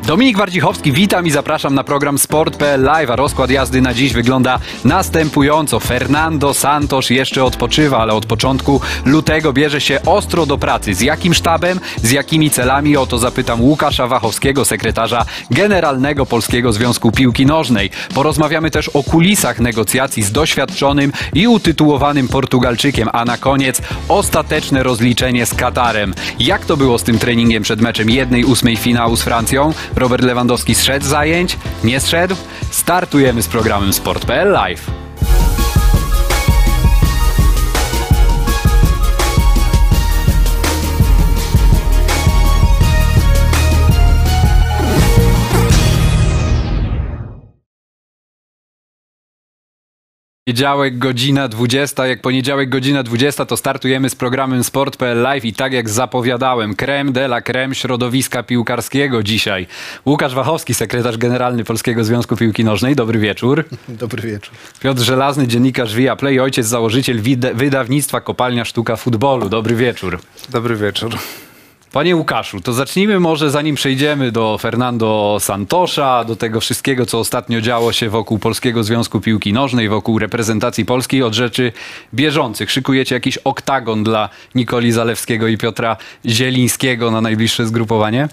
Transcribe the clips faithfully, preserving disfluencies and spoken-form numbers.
Dominik Wardzichowski, witam i zapraszam na program Sport kropka p l Live, a rozkład jazdy na dziś wygląda następująco. Fernando Santos jeszcze odpoczywa, ale od początku lutego bierze się ostro do pracy. Z jakim sztabem, z jakimi celami? O to zapytam Łukasza Wachowskiego, sekretarza generalnego Polskiego Związku Piłki Nożnej. Porozmawiamy też o kulisach negocjacji z doświadczonym i utytułowanym Portugalczykiem, a na koniec ostateczne rozliczenie z Katarem. Jak to było z tym treningiem przed meczem jednej ósmej finału z Francją? Robert Lewandowski zszedł z zajęć? Nie zszedł? Startujemy z programem Sport kropka p l Live. Poniedziałek, godzina dwudziesta. Jak poniedziałek, godzina dwudziesta, to startujemy z programem Sport kropka p l Live i tak jak zapowiadałem, creme de la creme środowiska piłkarskiego dzisiaj. Łukasz Wachowski, sekretarz generalny Polskiego Związku Piłki Nożnej. Dobry wieczór. Dobry wieczór. Piotr Żelazny, dziennikarz Viaplay, ojciec, założyciel wydawnictwa Kopalnia Sztuka Futbolu. Dobry wieczór. Dobry wieczór. Panie Łukaszu, to zacznijmy może, zanim przejdziemy do Fernando Santosa, do tego wszystkiego, co ostatnio działo się wokół Polskiego Związku Piłki Nożnej, wokół reprezentacji Polski, od rzeczy bieżących. Szykujecie jakiś oktagon dla Nikoli Zalewskiego i Piotra Zielińskiego na najbliższe zgrupowanie?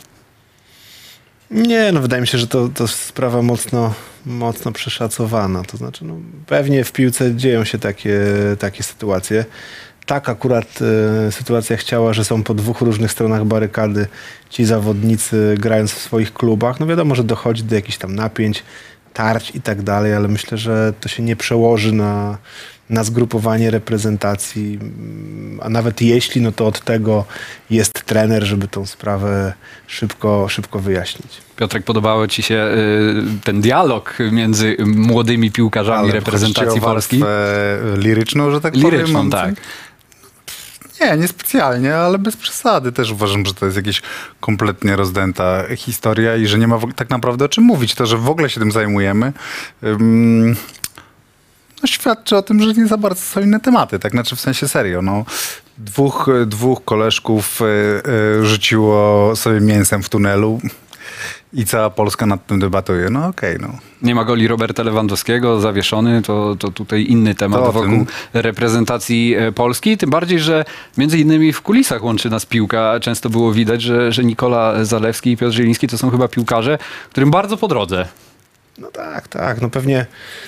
Nie, no wydaje mi się, że to, to sprawa mocno, mocno przeszacowana. To znaczy, no, pewnie w piłce dzieją się takie, takie sytuacje. Tak akurat y, sytuacja chciała, że są po dwóch różnych stronach barykady ci zawodnicy grając w swoich klubach. No wiadomo, że dochodzi do jakichś tam napięć, tarć i tak dalej, ale myślę, że to się nie przełoży na, na zgrupowanie reprezentacji. A nawet jeśli, no to od tego jest trener, żeby tą sprawę szybko, szybko wyjaśnić. Piotrek, podobało ci się y, ten dialog między młodymi piłkarzami ale reprezentacji Polski? Liryczną, że tak Liryczną, powiem. tak. Nie, niespecjalnie, ale bez przesady. Też uważam, że to jest jakaś kompletnie rozdęta historia i że nie ma tak naprawdę o czym mówić. To, że w ogóle się tym zajmujemy, um, no, świadczy o tym, że nie za bardzo są inne tematy. Tak, znaczy w sensie serio. No, dwóch, dwóch koleżków y, y, rzuciło sobie mięsem w tunelu i cała Polska nad tym debatuje. No okej, okay, no. Nie ma goli Roberta Lewandowskiego, zawieszony, to, to tutaj inny temat to wokół tym. reprezentacji Polski. Tym bardziej, że między innymi w kulisach łączy nas piłka. Często było widać, że, że Nikola Zalewski i Piotr Zieliński to są chyba piłkarze, którym bardzo po drodze. No tak, tak. No pewnie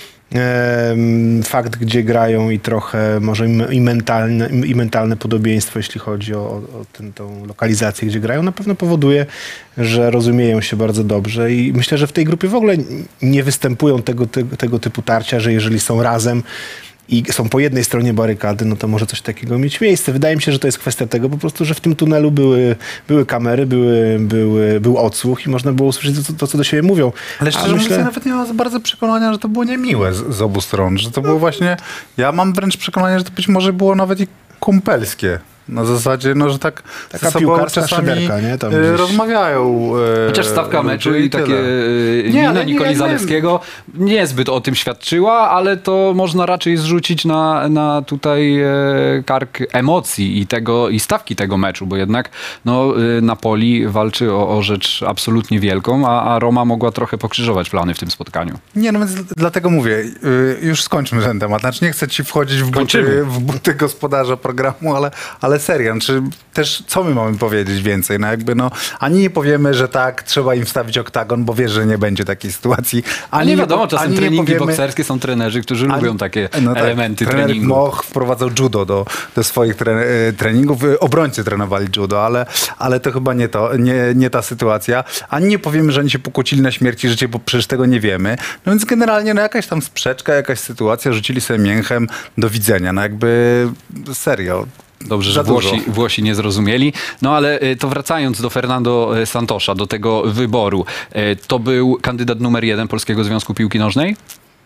e, fakt, gdzie grają i trochę może i mentalne, i mentalne podobieństwo, jeśli chodzi o, o ten, tą lokalizację, gdzie grają, na pewno powoduje, że rozumieją się bardzo dobrze i myślę, że w tej grupie w ogóle nie występują tego, tego, tego typu tarcia, że jeżeli są razem i są po jednej stronie barykady, no to może coś takiego mieć miejsce. Wydaje mi się, że to jest kwestia tego po prostu, że w tym tunelu były, były kamery, były, były, był odsłuch i można było usłyszeć to, to co do siebie mówią. Ale szczerze mówiąc, myślę... nawet nie mam za bardzo przekonania, że to było niemiłe z, z obu stron, że to było właśnie, ja mam wręcz przekonanie, że to być może było nawet i kumpelskie. Na zasadzie, no, że tak taka piłkarska czasami szyderka, nie? Tam gdzieś... rozmawiają. Chociaż stawka meczu i, i takie nie, mina Nikoli nie, Zalewskiego niezbyt o tym świadczyła, ale to można raczej zrzucić na, na tutaj kark emocji i tego i stawki tego meczu, bo jednak no, Napoli walczy o, o rzecz absolutnie wielką, a, a Roma mogła trochę pokrzyżować plany w tym spotkaniu. Nie, no więc dlatego mówię, już skończmy ten temat. Znaczy nie chcę ci wchodzić w buty, w buty gospodarza programu, ale, ale Ale serio, czy też co my mamy powiedzieć więcej? No jakby no, ani nie powiemy, że tak, trzeba im wstawić oktagon, bo wiesz, że nie będzie takiej sytuacji. Ani nie wiadomo, nie, czasem ani treningi powiemy, bokserskie są trenerzy, którzy ani, lubią takie no tak, elementy trener treningu. Moch wprowadzał judo do, do swoich tre, treningów. Obrońcy trenowali judo, ale, ale to chyba nie, to, nie, nie ta sytuacja. Ani nie powiemy, że oni się pokłócili na śmierć i życie, bo przecież tego nie wiemy. No więc generalnie no jakaś tam sprzeczka, jakaś sytuacja, rzucili sobie mięchem, do widzenia. No jakby serio. Dobrze, że Włosi, Włosi nie zrozumieli. No ale to wracając do Fernando Santosa, do tego wyboru. To był kandydat numer jeden Polskiego Związku Piłki Nożnej?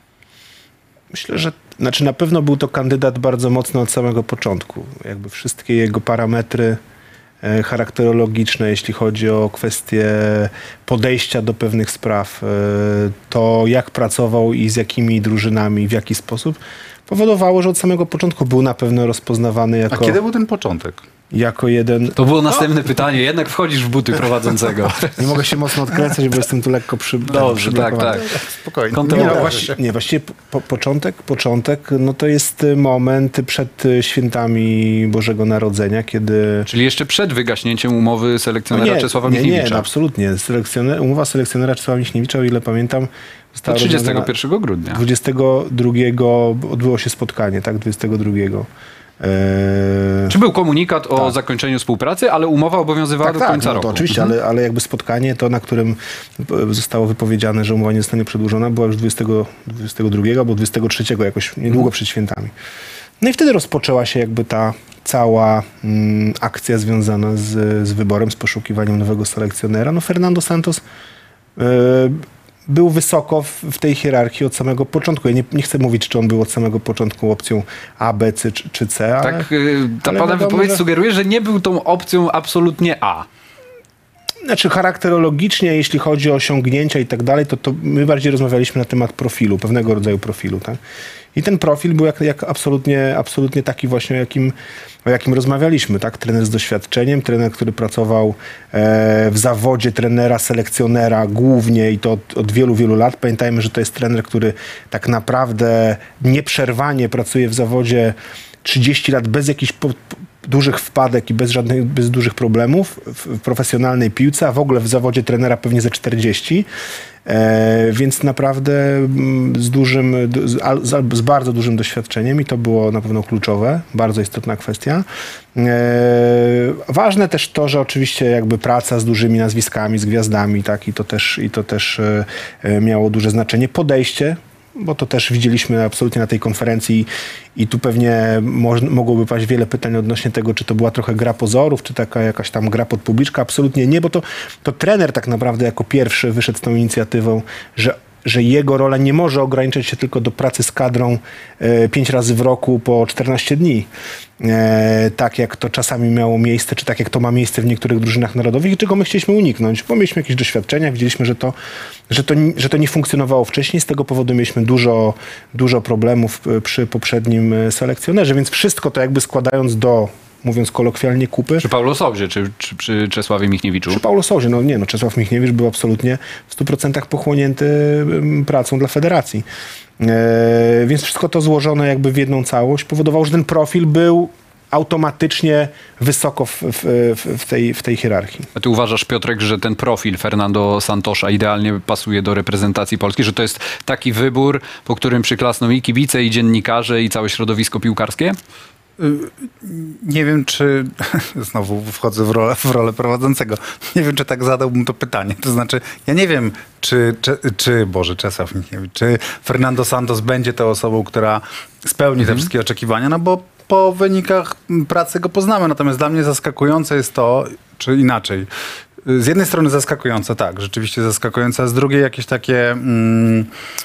Myślę, że znaczy na pewno był to kandydat bardzo mocno od samego początku. Jakby wszystkie jego parametry charakterologiczne, jeśli chodzi o kwestie podejścia do pewnych spraw, to jak pracował i z jakimi drużynami, w jaki sposób, powodowało, że od samego początku był na pewno rozpoznawany jako... A kiedy był ten początek? jako jeden... To było następne pytanie. Jednak wchodzisz w buty prowadzącego. Nie mogę się mocno odkręcać, bo jestem tu lekko przy... Dobrze, tak, tak. Spokojnie. Nie, no, właśnie, nie, właściwie po, początek, początek, no to jest moment przed świętami Bożego Narodzenia, kiedy... Czyli jeszcze przed wygaśnięciem umowy selekcjonera No nie, Czesława nie, Michniewicza. nie, no absolutnie. Selekcjoner, umowa selekcjonera Czesława Michniewicza, o ile pamiętam, To została trzydziestego pierwszego grudnia. dwudziestego drugiego odbyło się spotkanie, tak? dwudziestego drugiego. Eee... Czy był komunikat o Tak. zakończeniu współpracy, ale umowa obowiązywała Tak, do tak, końca no roku. to oczywiście, Mhm. ale, ale jakby spotkanie to, na którym zostało wypowiedziane, że umowa nie zostanie przedłużona, była już dwudziestego, dwudziestego drugiego albo dwudziestego trzeciego, jakoś niedługo Mhm. przed świętami. No i wtedy rozpoczęła się jakby ta cała mm, akcja związana z, z wyborem, z poszukiwaniem nowego selekcjonera. No Fernando Santos e, był wysoko w, w tej hierarchii od samego początku. Ja nie, nie chcę mówić, czy on był od samego początku opcją A, B, C czy, czy C, ale... Tak, y, ta ale pana wiadomo, wypowiedź że- sugeruje, że nie był tą opcją absolutnie A. Znaczy charakterologicznie, jeśli chodzi o osiągnięcia i tak dalej, to, to my bardziej rozmawialiśmy na temat profilu, pewnego rodzaju profilu, tak? I ten profil był jak, jak absolutnie, absolutnie taki właśnie, o jakim, o jakim rozmawialiśmy, tak? Trener z doświadczeniem, trener, który pracował e, w zawodzie trenera, selekcjonera głównie i to od, od wielu, wielu lat. Pamiętajmy, że to jest trener, który tak naprawdę nieprzerwanie pracuje w zawodzie trzydzieści lat bez jakichś po, po, dużych wpadek i bez żadnych, bez dużych problemów w, w profesjonalnej piłce, a w ogóle w zawodzie trenera pewnie ze czterdzieści. E, więc naprawdę mm, z dużym, z, al- z, al- z bardzo dużym doświadczeniem i to było na pewno kluczowe, bardzo istotna kwestia. E, ważne też to, że oczywiście jakby praca z dużymi nazwiskami, z gwiazdami, tak, i to też, i to też e, e, miało duże znaczenie. Podejście, bo to też widzieliśmy absolutnie na tej konferencji i tu pewnie moż, mogłoby paść wiele pytań odnośnie tego, czy to była trochę gra pozorów, czy taka jakaś tam gra pod publiczkę. Absolutnie nie, bo to, to trener tak naprawdę jako pierwszy wyszedł z tą inicjatywą, że że jego rola nie może ograniczać się tylko do pracy z kadrą e, pięć razy w roku po czternaście dni. E, tak jak to czasami miało miejsce, czy tak jak to ma miejsce w niektórych drużynach narodowych i czego my chcieliśmy uniknąć, bo mieliśmy jakieś doświadczenia, widzieliśmy, że to, że to, że to nie funkcjonowało wcześniej, z tego powodu mieliśmy dużo, dużo problemów przy poprzednim selekcjonerze, więc wszystko to jakby składając do, mówiąc kolokwialnie, kupy. Przy Paulo Souzie, czy, czy przy Czesławie Michniewiczu? Przy Paulo Souzie, no nie, no Czesław Michniewicz był absolutnie w stu procentach pochłonięty ym, pracą dla federacji. E, więc wszystko to złożone jakby w jedną całość powodowało, że ten profil był automatycznie wysoko w, w, w, w, tej, w tej hierarchii. A ty uważasz, Piotrek, że ten profil Fernando Santosza idealnie pasuje do reprezentacji Polski, że to jest taki wybór, po którym przyklasną i kibice, i dziennikarze, i całe środowisko piłkarskie? Nie wiem, czy... Znowu wchodzę w rolę, w rolę prowadzącego. Nie wiem, czy tak zadałbym to pytanie. To znaczy, ja nie wiem, czy, czy, czy Boże, Czesław Michniewicz, czy Fernando Santos będzie tą osobą, która spełni te wszystkie oczekiwania, no bo po wynikach pracy go poznamy. Natomiast dla mnie zaskakujące jest to, czy inaczej. Z jednej strony zaskakujące, tak, rzeczywiście zaskakujące, a z drugiej jakieś takie... Mm,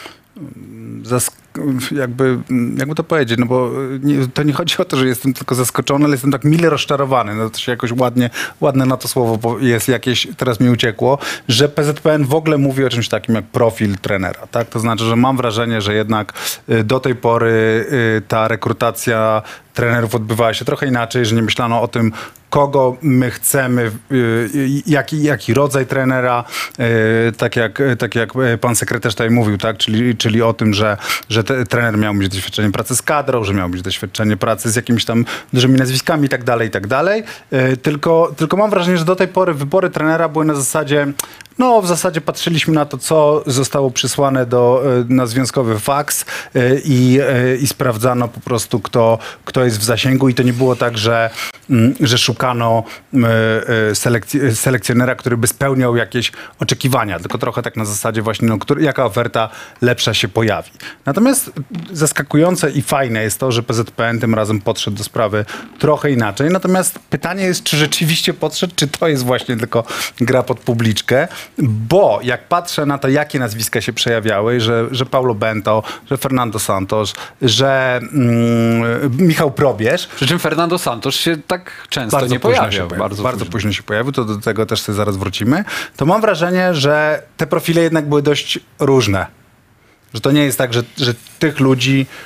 zask- jakby, jakby to powiedzieć, no bo nie, to nie chodzi o to, że jestem tylko zaskoczony, ale jestem tak mile rozczarowany, no to się jakoś ładnie, ładne na to słowo jest jakieś, teraz mi uciekło, że P Z P N w ogóle mówi o czymś takim jak profil trenera, tak? To znaczy, że mam wrażenie, że jednak do tej pory ta rekrutacja trenerów odbywała się trochę inaczej, że nie myślano o tym, kogo my chcemy, jaki, jaki rodzaj trenera, tak jak, tak jak pan sekretarz tutaj mówił, tak? Czyli, czyli o tym, że, że te, trener miał mieć doświadczenie pracy z kadrą, że miał mieć doświadczenie pracy z jakimiś tam dużymi nazwiskami i tak dalej, i tak dalej. Tylko, tylko mam wrażenie, że do tej pory wybory trenera były na zasadzie, no w zasadzie patrzyliśmy na to, co zostało przysłane do, na związkowy faks i, i sprawdzano po prostu, kto, kto jest w zasięgu i to nie było tak, że, że szukano selekc- selekcjonera, który by spełniał jakieś oczekiwania, tylko trochę tak na zasadzie właśnie, no, który, jaka oferta lepsza się pojawi. Natomiast zaskakujące i fajne jest to, że P Z P N tym razem podszedł do sprawy trochę inaczej. Natomiast pytanie jest, czy rzeczywiście podszedł, czy to jest właśnie tylko gra pod publiczkę, bo jak patrzę na to, jakie nazwiska się przejawiały, że, że Paulo Bento, że Fernando Santos, że mm, Michał Probierz. Przy czym Fernando Santos się tak często Bardzo nie późno pojawiał. się pojawił. Bardzo, Bardzo późno. późno się pojawił, to do tego też sobie zaraz wrócimy. To mam wrażenie, że te profile jednak były dość różne. Że to nie jest tak, że, że tych ludzi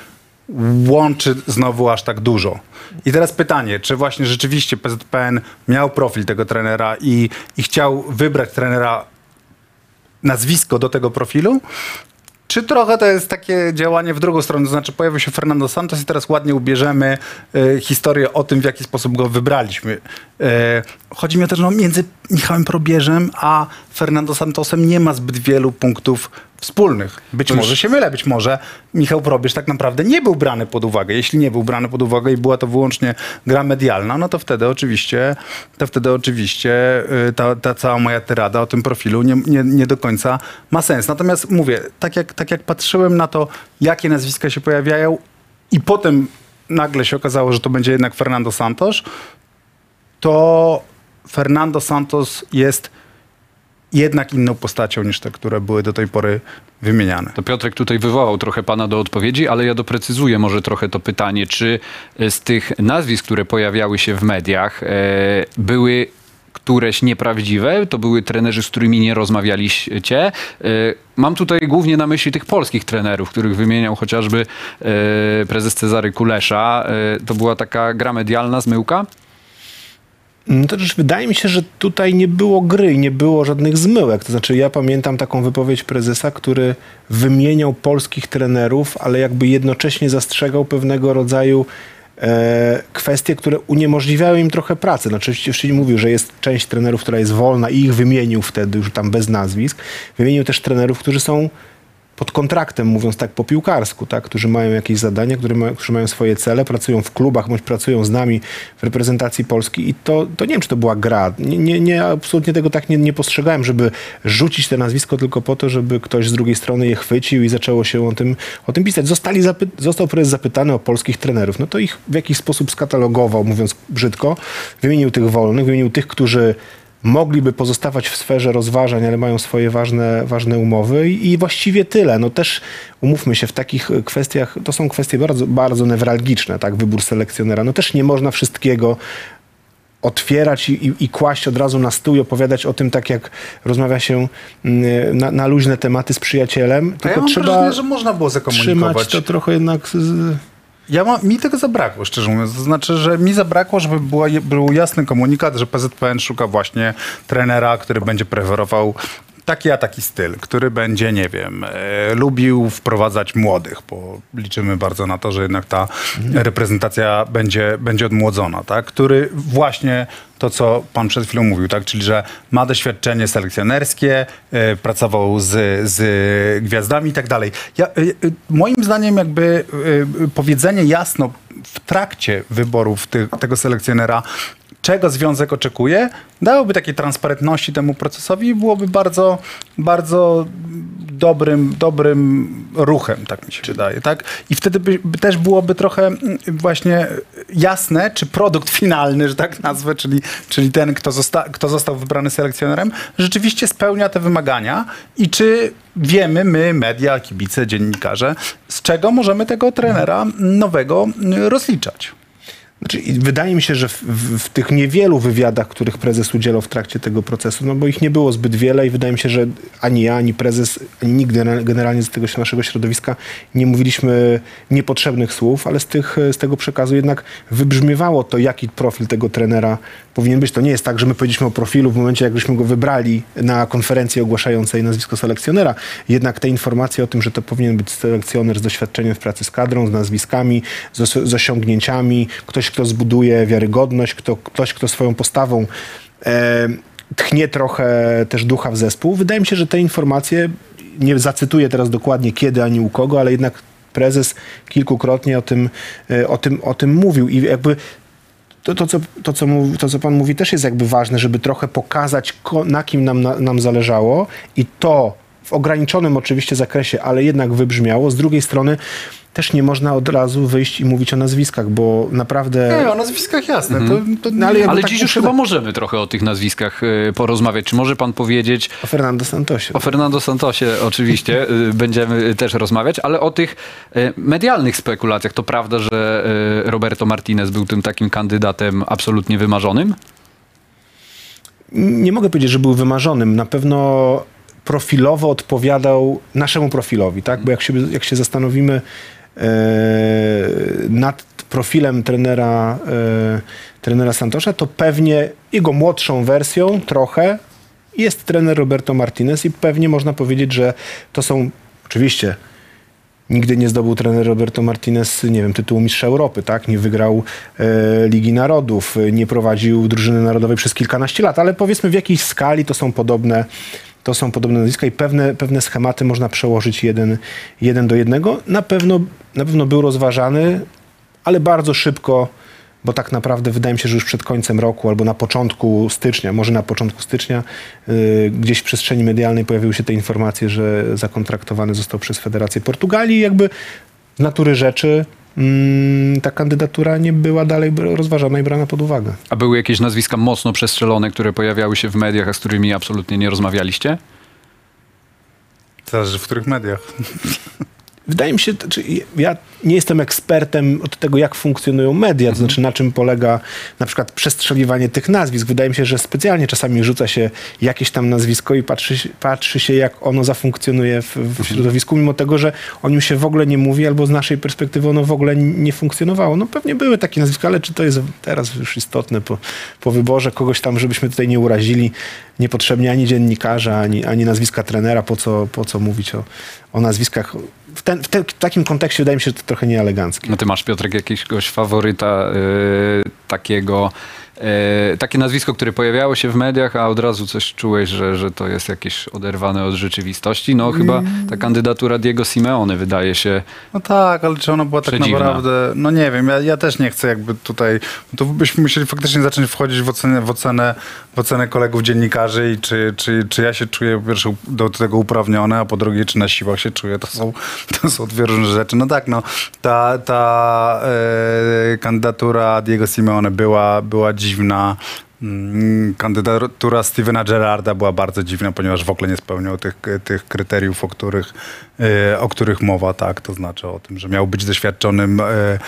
łączy znowu aż tak dużo. I teraz pytanie, czy właśnie rzeczywiście P Z P N miał profil tego trenera i, i chciał wybrać trenera, nazwisko do tego profilu? Czy trochę to jest takie działanie w drugą stronę? To znaczy pojawił się Fernando Santos i teraz ładnie ubierzemy e, historię o tym, w jaki sposób go wybraliśmy. E, chodzi mi o to, że no, między Michałem Probierzem a Fernando Santosem nie ma zbyt wielu punktów wspólnych. Być To może już- się mylę, być może Michał Probierz tak naprawdę nie był brany pod uwagę. Jeśli nie był brany pod uwagę i była to wyłącznie gra medialna, no to wtedy oczywiście, to wtedy oczywiście y, ta, ta cała moja tyrada o tym profilu nie, nie, nie do końca ma sens. Natomiast mówię, tak jak, tak jak patrzyłem na to, jakie nazwiska się pojawiają i potem nagle się okazało, że to będzie jednak Fernando Santos, to Fernando Santos jest jednak inną postacią niż te, które były do tej pory wymieniane. To Piotrek tutaj wywołał trochę pana do odpowiedzi, ale ja doprecyzuję może trochę to pytanie, czy z tych nazwisk, które pojawiały się w mediach, e, były któreś nieprawdziwe? To były trenerzy, z którymi nie rozmawialiście? E, mam tutaj głównie na myśli tych polskich trenerów, których wymieniał chociażby e, prezes Cezary Kulesza. E, to była taka gra medialna, zmyłka? No to też wydaje mi się, że tutaj nie było gry i nie było żadnych zmyłek. To znaczy ja pamiętam taką wypowiedź prezesa, który wymieniał polskich trenerów, ale jakby jednocześnie zastrzegał pewnego rodzaju e, kwestie, które uniemożliwiały im trochę pracę. Znaczy oczywiście mówił, że jest część trenerów, która jest wolna i ich wymienił wtedy już tam bez nazwisk. Wymienił też trenerów, którzy są pod kontraktem, mówiąc tak po piłkarsku, tak? Którzy mają jakieś zadania, które ma, którzy mają swoje cele, pracują w klubach, bądź pracują z nami w reprezentacji Polski i to, to nie wiem, czy to była gra. Nie, nie, nie absolutnie tego tak nie, nie postrzegałem, żeby rzucić te nazwisko tylko po to, żeby ktoś z drugiej strony je chwycił i zaczęło się o tym, o tym pisać. Zostali zapy- został prezes zapytany o polskich trenerów. No to ich w jakiś sposób skatalogował, mówiąc brzydko. Wymienił tych wolnych, wymienił tych, którzy mogliby pozostawać w sferze rozważań, ale mają swoje ważne, ważne umowy i, i właściwie tyle. No też umówmy się, w takich kwestiach, to są kwestie bardzo, bardzo newralgiczne, tak, wybór selekcjonera. No też nie można wszystkiego otwierać i, i, i kłaść od razu na stół i opowiadać o tym, tak jak rozmawia się na, na luźne tematy z przyjacielem. A ja Tylko mam trzeba wrażenie, że można było zakomunikować. trzymać to trochę jednak... Z, Ja ma, mi tego zabrakło, szczerze mówiąc. To znaczy, że mi zabrakło, żeby była, był jasny komunikat, że P Z P N szuka właśnie trenera, który będzie preferował taki a taki styl, który będzie, nie wiem, e, lubił wprowadzać młodych, bo liczymy bardzo na to, że jednak ta reprezentacja będzie, będzie odmłodzona, tak? Który właśnie to, co pan przed chwilą mówił, tak? Czyli że ma doświadczenie selekcjonerskie, e, pracował z, z gwiazdami i tak dalej. Ja, e, e, moim zdaniem jakby e, powiedzenie jasno w trakcie wyborów ty, tego selekcjonera, czego związek oczekuje, dałoby takiej transparentności temu procesowi i byłoby bardzo, bardzo dobrym, dobrym ruchem, tak mi się wydaje, tak? I wtedy by, by też byłoby trochę właśnie jasne, czy produkt finalny, że tak nazwę, czyli, czyli ten, kto, zosta, kto został wybrany selekcjonerem, rzeczywiście spełnia te wymagania i czy wiemy, my, media, kibice, dziennikarze, z czego możemy tego trenera nowego rozliczać. Znaczy, wydaje mi się, że w, w, w tych niewielu wywiadach, których prezes udzielał w trakcie tego procesu, no bo ich nie było zbyt wiele i wydaje mi się, że ani ja, ani prezes, ani nikt generalnie z tego naszego środowiska nie mówiliśmy niepotrzebnych słów, ale z, tych, z tego przekazu jednak wybrzmiewało to, jaki profil tego trenera powinien być. To nie jest tak, że my powiedzieliśmy o profilu w momencie, jak żeśmy go wybrali na konferencji ogłaszającej nazwisko selekcjonera. Jednak te informacje o tym, że to powinien być selekcjoner z doświadczeniem w pracy z kadrą, z nazwiskami, z, z osiągnięciami, ktoś, kto zbuduje wiarygodność, kto, ktoś, kto swoją postawą e, tchnie trochę też ducha w zespół. Wydaje mi się, że te informacje, nie zacytuję teraz dokładnie kiedy ani u kogo, ale jednak prezes kilkukrotnie o tym, e, o tym, o tym mówił i jakby To, to, co, to, co mówi, to, co pan mówi, też jest jakby ważne, żeby trochę pokazać, ko, na kim nam, na, nam zależało i to w ograniczonym oczywiście zakresie, ale jednak wybrzmiało. Z drugiej strony też nie można od razu wyjść i mówić o nazwiskach, bo naprawdę... Nie, o nazwiskach jasne. Mhm. To, to, no, ale ale tak dziś już chyba możemy trochę o tych nazwiskach y, porozmawiać. Czy może pan powiedzieć... O Fernando Santosie. O Fernando Santosie oczywiście y, będziemy też rozmawiać, ale o tych y, medialnych spekulacjach. To prawda, że y, Roberto Martinez był tym takim kandydatem absolutnie wymarzonym? Nie mogę powiedzieć, że był wymarzonym. Na pewno profilowo odpowiadał naszemu profilowi, tak? Bo jak się, jak się zastanowimy, nad profilem trenera, trenera Santosza, to pewnie jego młodszą wersją trochę jest trener Roberto Martinez i pewnie można powiedzieć, że to są oczywiście nigdy nie zdobył trener Roberto Martinez, nie wiem, tytułu mistrza Europy, tak? Nie wygrał e, Ligi Narodów, nie prowadził drużyny narodowej przez kilkanaście lat, ale powiedzmy w jakiejś skali to są podobne, to są podobne nazwiska i pewne, pewne schematy można przełożyć jeden, jeden do jednego. Na pewno, na pewno był rozważany, ale bardzo szybko, bo tak naprawdę wydaje mi się, że już przed końcem roku albo na początku stycznia, może na początku stycznia, yy, gdzieś w przestrzeni medialnej pojawiły się te informacje, że zakontraktowany został przez Federację Portugalii. Jakby z natury rzeczy yy, ta kandydatura nie była dalej rozważana i brana pod uwagę. A były jakieś nazwiska mocno przestrzelone, które pojawiały się w mediach, a z którymi absolutnie nie rozmawialiście? Zależy w których mediach. Wydaje mi się, czy ja nie jestem ekspertem od tego, jak funkcjonują media, to znaczy na czym polega na przykład przestrzeliwanie tych nazwisk. Wydaje mi się, że specjalnie czasami rzuca się jakieś tam nazwisko i patrzy, patrzy się, jak ono zafunkcjonuje w, w środowisku, mimo tego, że o nim się w ogóle nie mówi, albo z naszej perspektywy ono w ogóle nie funkcjonowało. No pewnie były takie nazwiska, ale czy to jest teraz już istotne po, po wyborze kogoś tam, żebyśmy tutaj nie urazili niepotrzebnie ani dziennikarza, ani, ani nazwiska trenera, po co, po co mówić o, o nazwiskach. W, ten, w, te, w takim kontekście wydaje mi się, że to trochę nieeleganckie. No ty masz, Piotrek, jakiegoś faworyta yy, takiego, yy, takie nazwisko, które pojawiało się w mediach, a od razu coś czułeś, że, że to jest jakieś oderwane od rzeczywistości? No mm. chyba ta kandydatura Diego Simeone wydaje się No tak, ale czy ona była tak przedziwna. naprawdę... No nie wiem, ja, ja też nie chcę jakby tutaj... To byśmy musieli faktycznie zacząć wchodzić w ocenę, w ocenę, w ocenę kolegów dziennikarzy i czy, czy, czy ja się czuję po pierwsze do tego uprawniony, a po drugie czy na siłach się czuję. To są, to są dwie różne rzeczy. No tak, no ta, ta e, kandydatura Diego Simeone była, była dziwna. Kandydatura Stevena Gerrarda była bardzo dziwna, ponieważ w ogóle nie spełniał tych, tych kryteriów, o których, o których mowa, tak, to znaczy o tym, że miał być doświadczonym,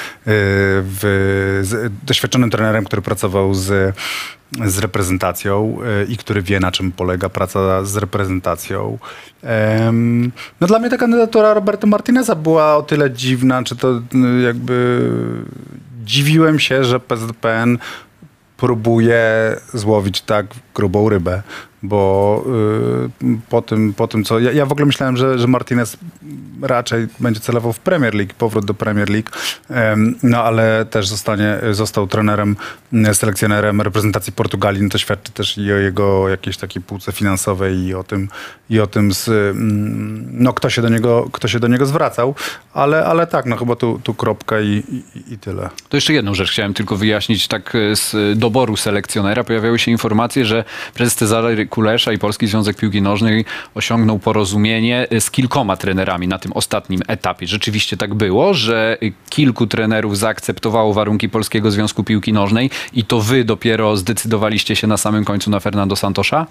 w, z, doświadczonym trenerem, który pracował z, z reprezentacją i który wie, na czym polega praca z reprezentacją. No dla mnie ta kandydatura Roberto Martineza była o tyle dziwna, czy to jakby dziwiłem się, że P Z P N próbuje złowić tak grubą rybę, bo yy, po, tym, po tym, co... Ja, ja w ogóle myślałem, że, że Martinez raczej będzie celował w Premier League, powrót do Premier League, ym, no ale też zostanie, został trenerem, selekcjonerem reprezentacji Portugalii. No to świadczy też i o jego jakiejś takiej półce finansowej i o tym, i o tym z, ym, no kto się do niego, kto się do niego zwracał, ale, ale tak, no chyba tu, tu kropka i, i, i tyle. To jeszcze jedną rzecz chciałem tylko wyjaśnić. Tak z doboru selekcjonera pojawiały się informacje, że prezes Cezary Kulesza i Polski Związek Piłki Nożnej osiągnął porozumienie z kilkoma trenerami na tym ostatnim etapie. Rzeczywiście tak było, że kilku trenerów zaakceptowało warunki Polskiego Związku Piłki Nożnej i to wy dopiero zdecydowaliście się na samym końcu na Fernando Santosza?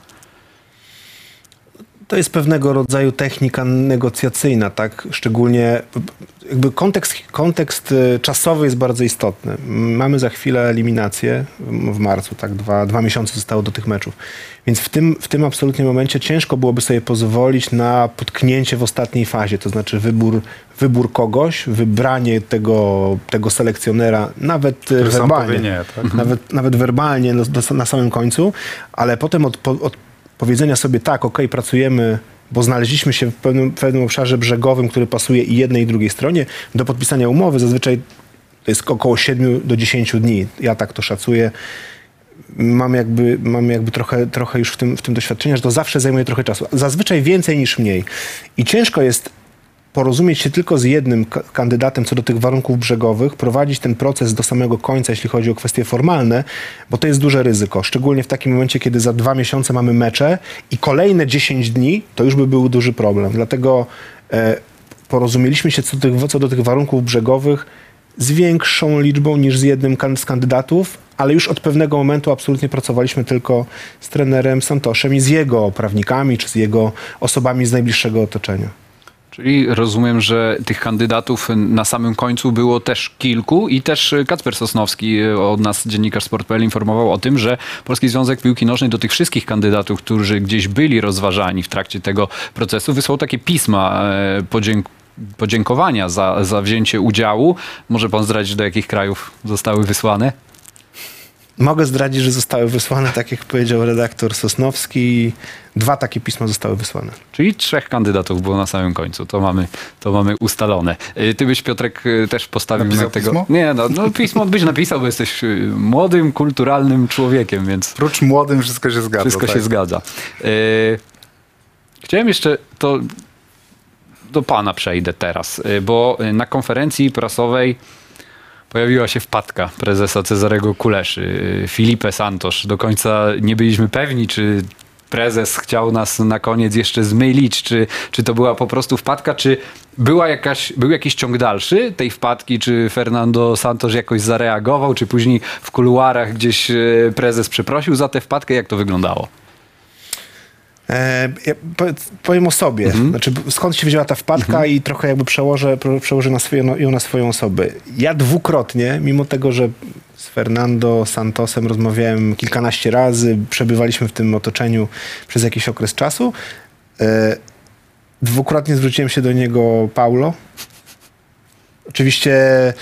To jest pewnego rodzaju technika negocjacyjna, tak? Szczególnie jakby kontekst, kontekst czasowy jest bardzo istotny. Mamy za chwilę eliminację w marcu, tak? Dwa, dwa miesiące zostało do tych meczów. Więc w tym, w tym absolutnie momencie ciężko byłoby sobie pozwolić na potknięcie w ostatniej fazie, to znaczy wybór, wybór kogoś, wybranie tego, tego selekcjonera, nawet Który werbalnie, nie, tak? nawet, nawet werbalnie do, do, na samym końcu, ale potem od, od powiedzenia sobie tak, okej, okay, pracujemy, bo znaleźliśmy się w pewnym, w pewnym obszarze brzegowym, który pasuje i jednej i drugiej stronie, do podpisania umowy zazwyczaj to jest około siedmiu do dziesięciu dni. Ja tak to szacuję. Mam jakby, mam jakby trochę, trochę już w tym, w tym doświadczenia, że to zawsze zajmuje trochę czasu. Zazwyczaj więcej niż mniej. I ciężko jest porozumieć się tylko z jednym kandydatem co do tych warunków brzegowych, prowadzić ten proces do samego końca, jeśli chodzi o kwestie formalne, bo to jest duże ryzyko. Szczególnie w takim momencie, kiedy za dwa miesiące mamy mecze i kolejne dziesięć dni, to już by był duży problem. Dlatego e, porozumieliśmy się co do, tych, co do tych warunków brzegowych z większą liczbą niż z jednym z kandydatów, ale już od pewnego momentu absolutnie pracowaliśmy tylko z trenerem Santoszem i z jego prawnikami, czy z jego osobami z najbliższego otoczenia. Czyli rozumiem, że tych kandydatów na samym końcu było też kilku i też Kacper Sosnowski, od nas dziennikarz sport kropka p l, informował o tym, że Polski Związek Piłki Nożnej do tych wszystkich kandydatów, którzy gdzieś byli rozważani w trakcie tego procesu, wysłał takie pisma podziękowania podziękowania za, za wzięcie udziału. Może pan zdradzić, do jakich krajów zostały wysłane? Mogę zdradzić, że zostały wysłane, tak jak powiedział redaktor Sosnowski. Dwa takie pisma zostały wysłane. Czyli trzech kandydatów było na samym końcu. To mamy, to mamy ustalone. Ty byś, Piotrek, też postawił Napisał na tego... pismo? Nie, no, no pismo byś napisał, bo jesteś młodym, kulturalnym człowiekiem, więc... Prócz młodym wszystko się zgadza. Wszystko tak. się zgadza. Yy, chciałem jeszcze to... Do pana przejdę teraz, yy, bo na konferencji prasowej pojawiła się wpadka prezesa Cezarego Kuleszy, yy, Felipe Santos. Do końca nie byliśmy pewni, czy prezes chciał nas na koniec jeszcze zmylić, czy, czy to była po prostu wpadka, czy była jakaś, był jakiś ciąg dalszy tej wpadki, czy Fernando Santos jakoś zareagował, czy później w kuluarach gdzieś yy, prezes przeprosił za tę wpadkę. Jak to wyglądało? E, ja powiem o sobie. Mhm. Znaczy, skąd się wzięła ta wpadka mhm. i trochę jakby przełożę, przełożę na swoje, no, ją na swoją osobę. Ja dwukrotnie, mimo tego, że z Fernando Santosem rozmawiałem kilkanaście razy, przebywaliśmy w tym otoczeniu przez jakiś okres czasu, e, dwukrotnie zwróciłem się do niego Paulo. Oczywiście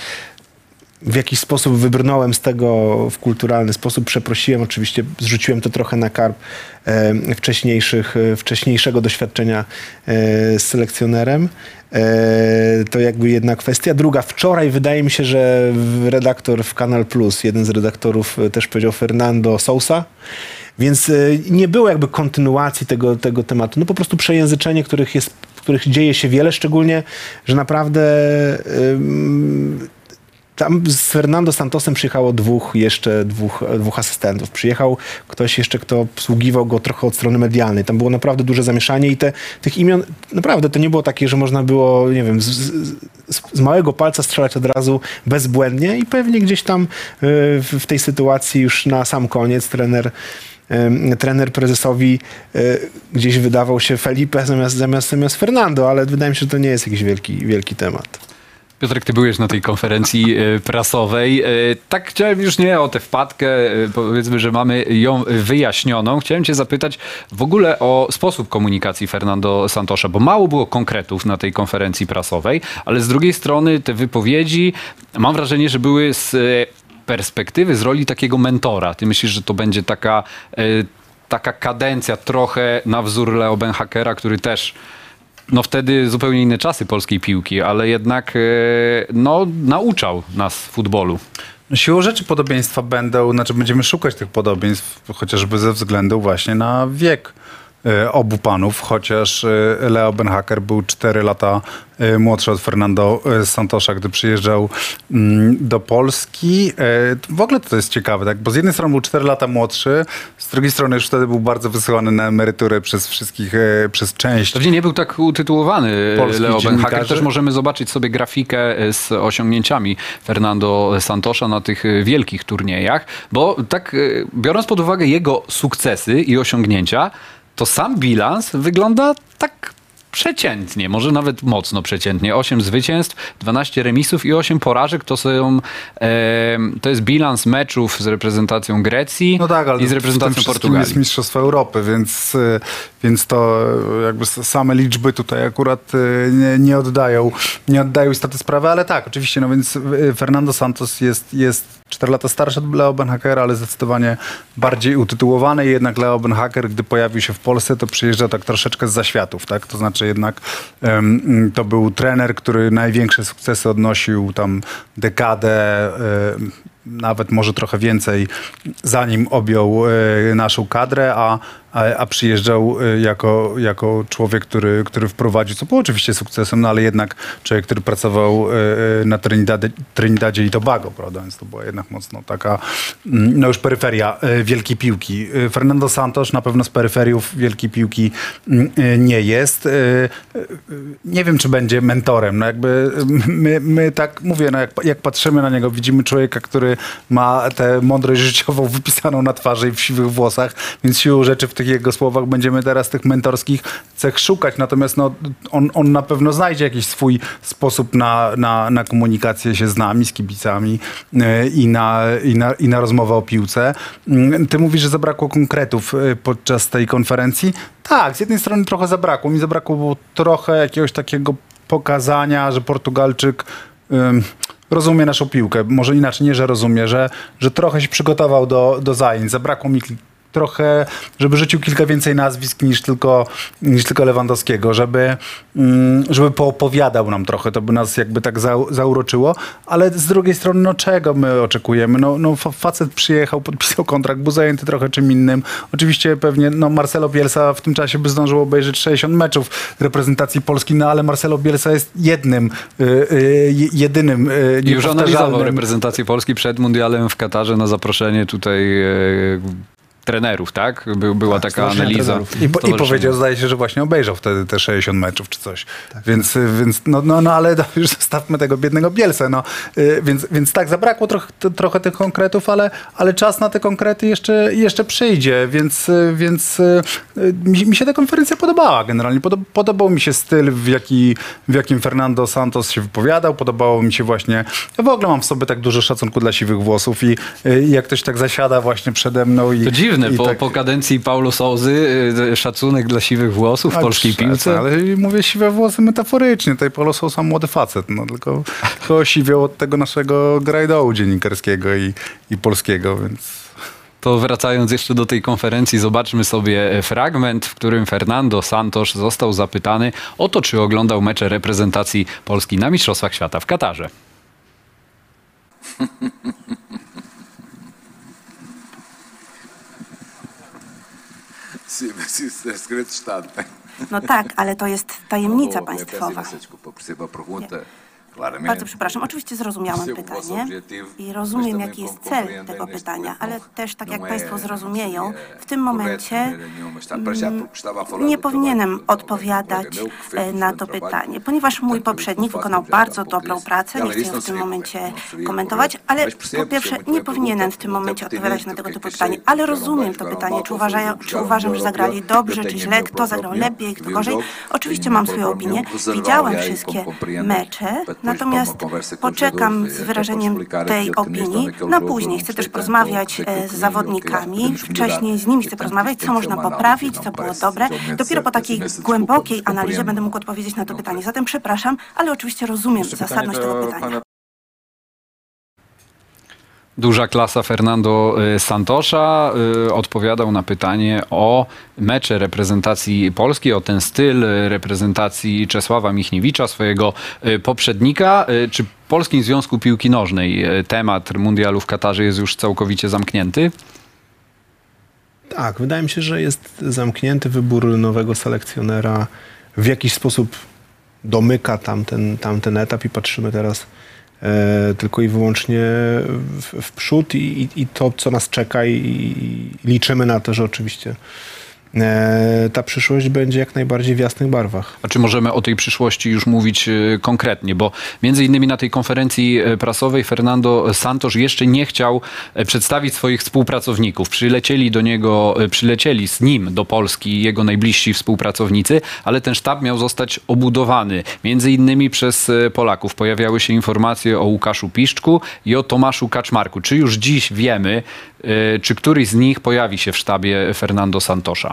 w jakiś sposób wybrnąłem z tego w kulturalny sposób, przeprosiłem, oczywiście zrzuciłem to trochę na karb e, wcześniejszych, e, wcześniejszego doświadczenia e, z selekcjonerem. E, to jakby jedna kwestia. Druga, wczoraj wydaje mi się, że redaktor w Kanal Plus, jeden z redaktorów e, też powiedział Fernando Sousa, więc e, nie było jakby kontynuacji tego, tego tematu. No po prostu przejęzyczenie, których jest, w których dzieje się wiele, szczególnie, że naprawdę e, tam z Fernando Santosem przyjechało dwóch jeszcze, dwóch, dwóch asystentów. Przyjechał ktoś jeszcze, kto obsługiwał go trochę od strony medialnej. Tam było naprawdę duże zamieszanie i te, tych imion, naprawdę to nie było takie, że można było, nie wiem, z, z, z małego palca strzelać od razu bezbłędnie i pewnie gdzieś tam w, w tej sytuacji już na sam koniec trener trener prezesowi gdzieś wydawał się Felipe zamiast, zamiast, zamiast Fernando, ale wydaje mi się, że to nie jest jakiś wielki, wielki temat. Piotrek, ty byłeś na tej konferencji y, prasowej. Y, tak chciałem już nie o tę wpadkę, y, powiedzmy, że mamy ją wyjaśnioną. Chciałem cię zapytać w ogóle o sposób komunikacji Fernando Santosa, bo mało było konkretów na tej konferencji prasowej, ale z drugiej strony te wypowiedzi, mam wrażenie, że były z y, perspektywy, z roli takiego mentora. Ty myślisz, że to będzie taka, y, taka kadencja trochę na wzór Leo Benhakera, który też no wtedy zupełnie inne czasy polskiej piłki, ale jednak no, nauczał nas futbolu. No, siłą rzeczy podobieństwa będą, znaczy będziemy szukać tych podobieństw, chociażby ze względu właśnie na wiek obu panów, chociaż Leo Benhaker był cztery lata młodszy od Fernando Santosa, gdy przyjeżdżał do Polski. W ogóle to jest ciekawe, tak? Bo z jednej strony był cztery lata młodszy, z drugiej strony już wtedy był bardzo wysyłany na emeryturę przez wszystkich, przez część. Pewnie nie był tak utytułowany Leo Benhaker. Też możemy zobaczyć sobie grafikę z osiągnięciami Fernando Santosa na tych wielkich turniejach, bo tak biorąc pod uwagę jego sukcesy i osiągnięcia, to sam bilans wygląda tak przeciętnie, może nawet mocno przeciętnie. osiem zwycięstw, dwanaście remisów i osiem porażek to są, e, to jest bilans meczów z reprezentacją Grecji no tak, ale i z reprezentacją Portugalii. Jest Mistrzostwo Europy, więc, więc to jakby same liczby tutaj akurat nie, nie oddają, nie oddają istoty sprawy, ale tak, oczywiście, no więc Fernando Santos jest, jest cztery lata starszy od Leo Benhakera, ale zdecydowanie bardziej utytułowany. Jednak Leo Benhaker, gdy pojawił się w Polsce, to przyjeżdżał tak troszeczkę z zaświatów, tak? To znaczy jednak um, to był trener, który największe sukcesy odnosił tam dekadę, um, nawet może trochę więcej, zanim objął e, naszą kadrę, a, a, a przyjeżdżał e, jako, jako człowiek, który, który wprowadził, co było oczywiście sukcesem, no ale jednak człowiek, który pracował e, na Trinidadzie, Trinidadzie i Tobago, prawda? Więc to była jednak mocno taka, no już peryferia e, wielkiej piłki. E, Fernando Santos na pewno z peryferiów wielkiej piłki e, nie jest. E, e, nie wiem, czy będzie mentorem. No jakby my, my tak, mówię, no jak, jak patrzymy na niego, widzimy człowieka, który ma tę mądrość życiową wypisaną na twarzy i w siwych włosach, więc siłą rzeczy w tych jego słowach będziemy teraz tych mentorskich cech szukać, natomiast no, on, on na pewno znajdzie jakiś swój sposób na, na, na komunikację się z nami, z kibicami yy, i, na, i, na, i na rozmowę o piłce. Yy, ty mówisz, że zabrakło konkretów yy, podczas tej konferencji. Tak, z jednej strony trochę zabrakło. Mi zabrakło było trochę jakiegoś takiego pokazania, że Portugalczyk ym, rozumie naszą piłkę. Może inaczej, nie, że rozumie, że, że trochę się przygotował do, do zajęć. Zabrakło mi trochę, żeby rzucił kilka więcej nazwisk niż tylko, niż tylko Lewandowskiego, żeby, żeby poopowiadał nam trochę, to by nas jakby tak za, zauroczyło, ale z drugiej strony, no czego my oczekujemy? No, no facet przyjechał, podpisał kontrakt, był zajęty trochę czym innym. Oczywiście pewnie no Marcelo Bielsa w tym czasie by zdążył obejrzeć sześćdziesiąt meczów reprezentacji Polski, no ale Marcelo Bielsa jest jednym, y, y, jedynym y, Już analizował reprezentację Polski przed mundialem w Katarze na zaproszenie tutaj y, trenerów, tak? By, była tak, taka analiza. I, po, I powiedział, zdaje się, że właśnie obejrzał wtedy te sześćdziesiąt meczów czy coś. Tak, więc, tak. więc no, no, no ale już zostawmy tego biednego Bielsę. No. Yy, więc, więc tak, zabrakło troch, to, trochę tych konkretów, ale, ale czas na te konkrety jeszcze, jeszcze przyjdzie, więc, więc yy, mi, mi się ta konferencja podobała generalnie. Podob, podobał mi się styl, w, jaki, w jakim Fernando Santos się wypowiadał. Podobało mi się właśnie, ja w ogóle mam w sobie tak dużo szacunku dla siwych włosów i yy, jak ktoś tak zasiada właśnie przede mną i to dziwne. Po, tak, po kadencji Paulo Souzy szacunek dla siwych włosów w polskiej przecież, piłce. Ale mówię siwe włosy metaforycznie. Tutaj Paulo Sousa młody facet. No, tylko, tylko siwiał od tego naszego grajdołu dziennikarskiego i, i polskiego, więc... To wracając jeszcze do tej konferencji, zobaczmy sobie fragment, w którym Fernando Santos został zapytany o to, czy oglądał mecze reprezentacji Polski na Mistrzostwach Świata w Katarze. No tak, ale to jest tajemnica państwowa. Bardzo przepraszam, oczywiście zrozumiałam pytanie i rozumiem, jaki jest cel tego pytania, ale też, tak jak Państwo zrozumieją, w tym momencie mm, nie powinienem odpowiadać na to pytanie, ponieważ mój poprzednik wykonał bardzo dobrą pracę, nie chcę ją w tym momencie komentować, ale po pierwsze nie powinienem w tym momencie odpowiadać na tego typu pytanie, ale rozumiem to pytanie, czy, uważają, czy uważam, że zagrali dobrze, czy źle, kto zagrał lepiej, kto gorzej. Oczywiście mam swoją opinię, widziałem wszystkie mecze, natomiast poczekam z wyrażeniem tej opinii na później. Chcę też porozmawiać z zawodnikami. Wcześniej z nimi chcę porozmawiać, co można poprawić, co było dobre. Dopiero po takiej głębokiej analizie będę mógł odpowiedzieć na to pytanie. Zatem przepraszam, ale oczywiście rozumiem zasadność tego pytania. Duża klasa Fernando Santosza odpowiadał na pytanie o mecze reprezentacji Polski, o ten styl reprezentacji Czesława Michniewicza, swojego poprzednika. Czy w Polskim Związku Piłki Nożnej temat mundialu w Katarze jest już całkowicie zamknięty? Tak, wydaje mi się, że jest zamknięty. Wybór nowego selekcjonera w jakiś sposób domyka tamten, tamten etap i patrzymy teraz E, tylko i wyłącznie w, w przód i, i, i to, co nas czeka i, i liczymy na to, że oczywiście e, ta przyszłość będzie jak najbardziej w jasnych barwach. A czy możemy o tej przyszłości już mówić e, konkretnie? Bo między innymi na tej konferencji prasowej Fernando Santos jeszcze nie chciał e, przedstawić swoich współpracowników. Przylecieli do niego, e, przylecieli z nim do Polski jego najbliżsi współpracownicy, ale ten sztab miał zostać obudowany. Między innymi przez e, Polaków. Pojawiały się informacje o Łukaszu Piszczku i o Tomaszu Kaczmarku. Czy już dziś wiemy, e, czy któryś z nich pojawi się w sztabie Fernando Santosza?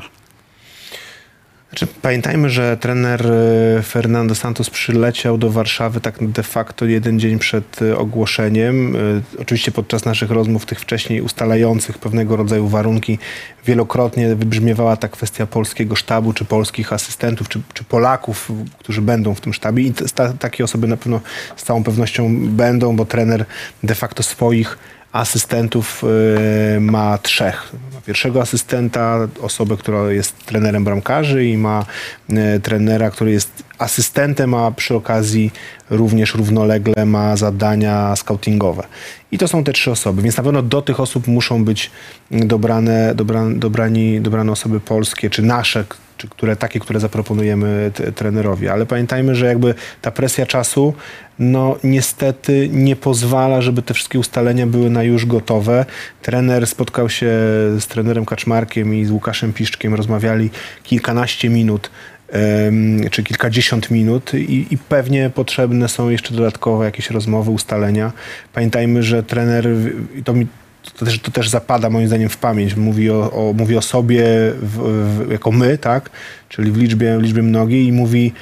Znaczy, pamiętajmy, że trener Fernando Santos przyleciał do Warszawy tak de facto jeden dzień przed ogłoszeniem. Oczywiście podczas naszych rozmów, tych wcześniej ustalających pewnego rodzaju warunki, wielokrotnie wybrzmiewała ta kwestia polskiego sztabu, czy polskich asystentów, czy, czy Polaków, którzy będą w tym sztabie. I ta, takie osoby na pewno z całą pewnością będą, bo trener de facto swoich asystentów y, ma trzech. Ma pierwszego asystenta, osobę, która jest trenerem bramkarzy i ma y, trenera, który jest asystentem, a przy okazji również równolegle ma zadania scoutingowe. I to są te trzy osoby, więc na pewno do tych osób muszą być dobrane, dobran, dobrani, dobrane osoby polskie, czy nasze, czy które, takie, które zaproponujemy t- trenerowi. Ale pamiętajmy, że jakby ta presja czasu no niestety nie pozwala, żeby te wszystkie ustalenia były na już gotowe. Trener spotkał się z trenerem Kaczmarkiem i z Łukaszem Piszczkiem, rozmawiali kilkanaście minut czy kilkadziesiąt minut i, i pewnie potrzebne są jeszcze dodatkowe jakieś rozmowy, ustalenia. Pamiętajmy, że trener, to mi to też, to też zapada moim zdaniem w pamięć, mówi o, o, mówi o sobie w, w, jako my, tak? Czyli w liczbie, w liczbie mnogiej i mówi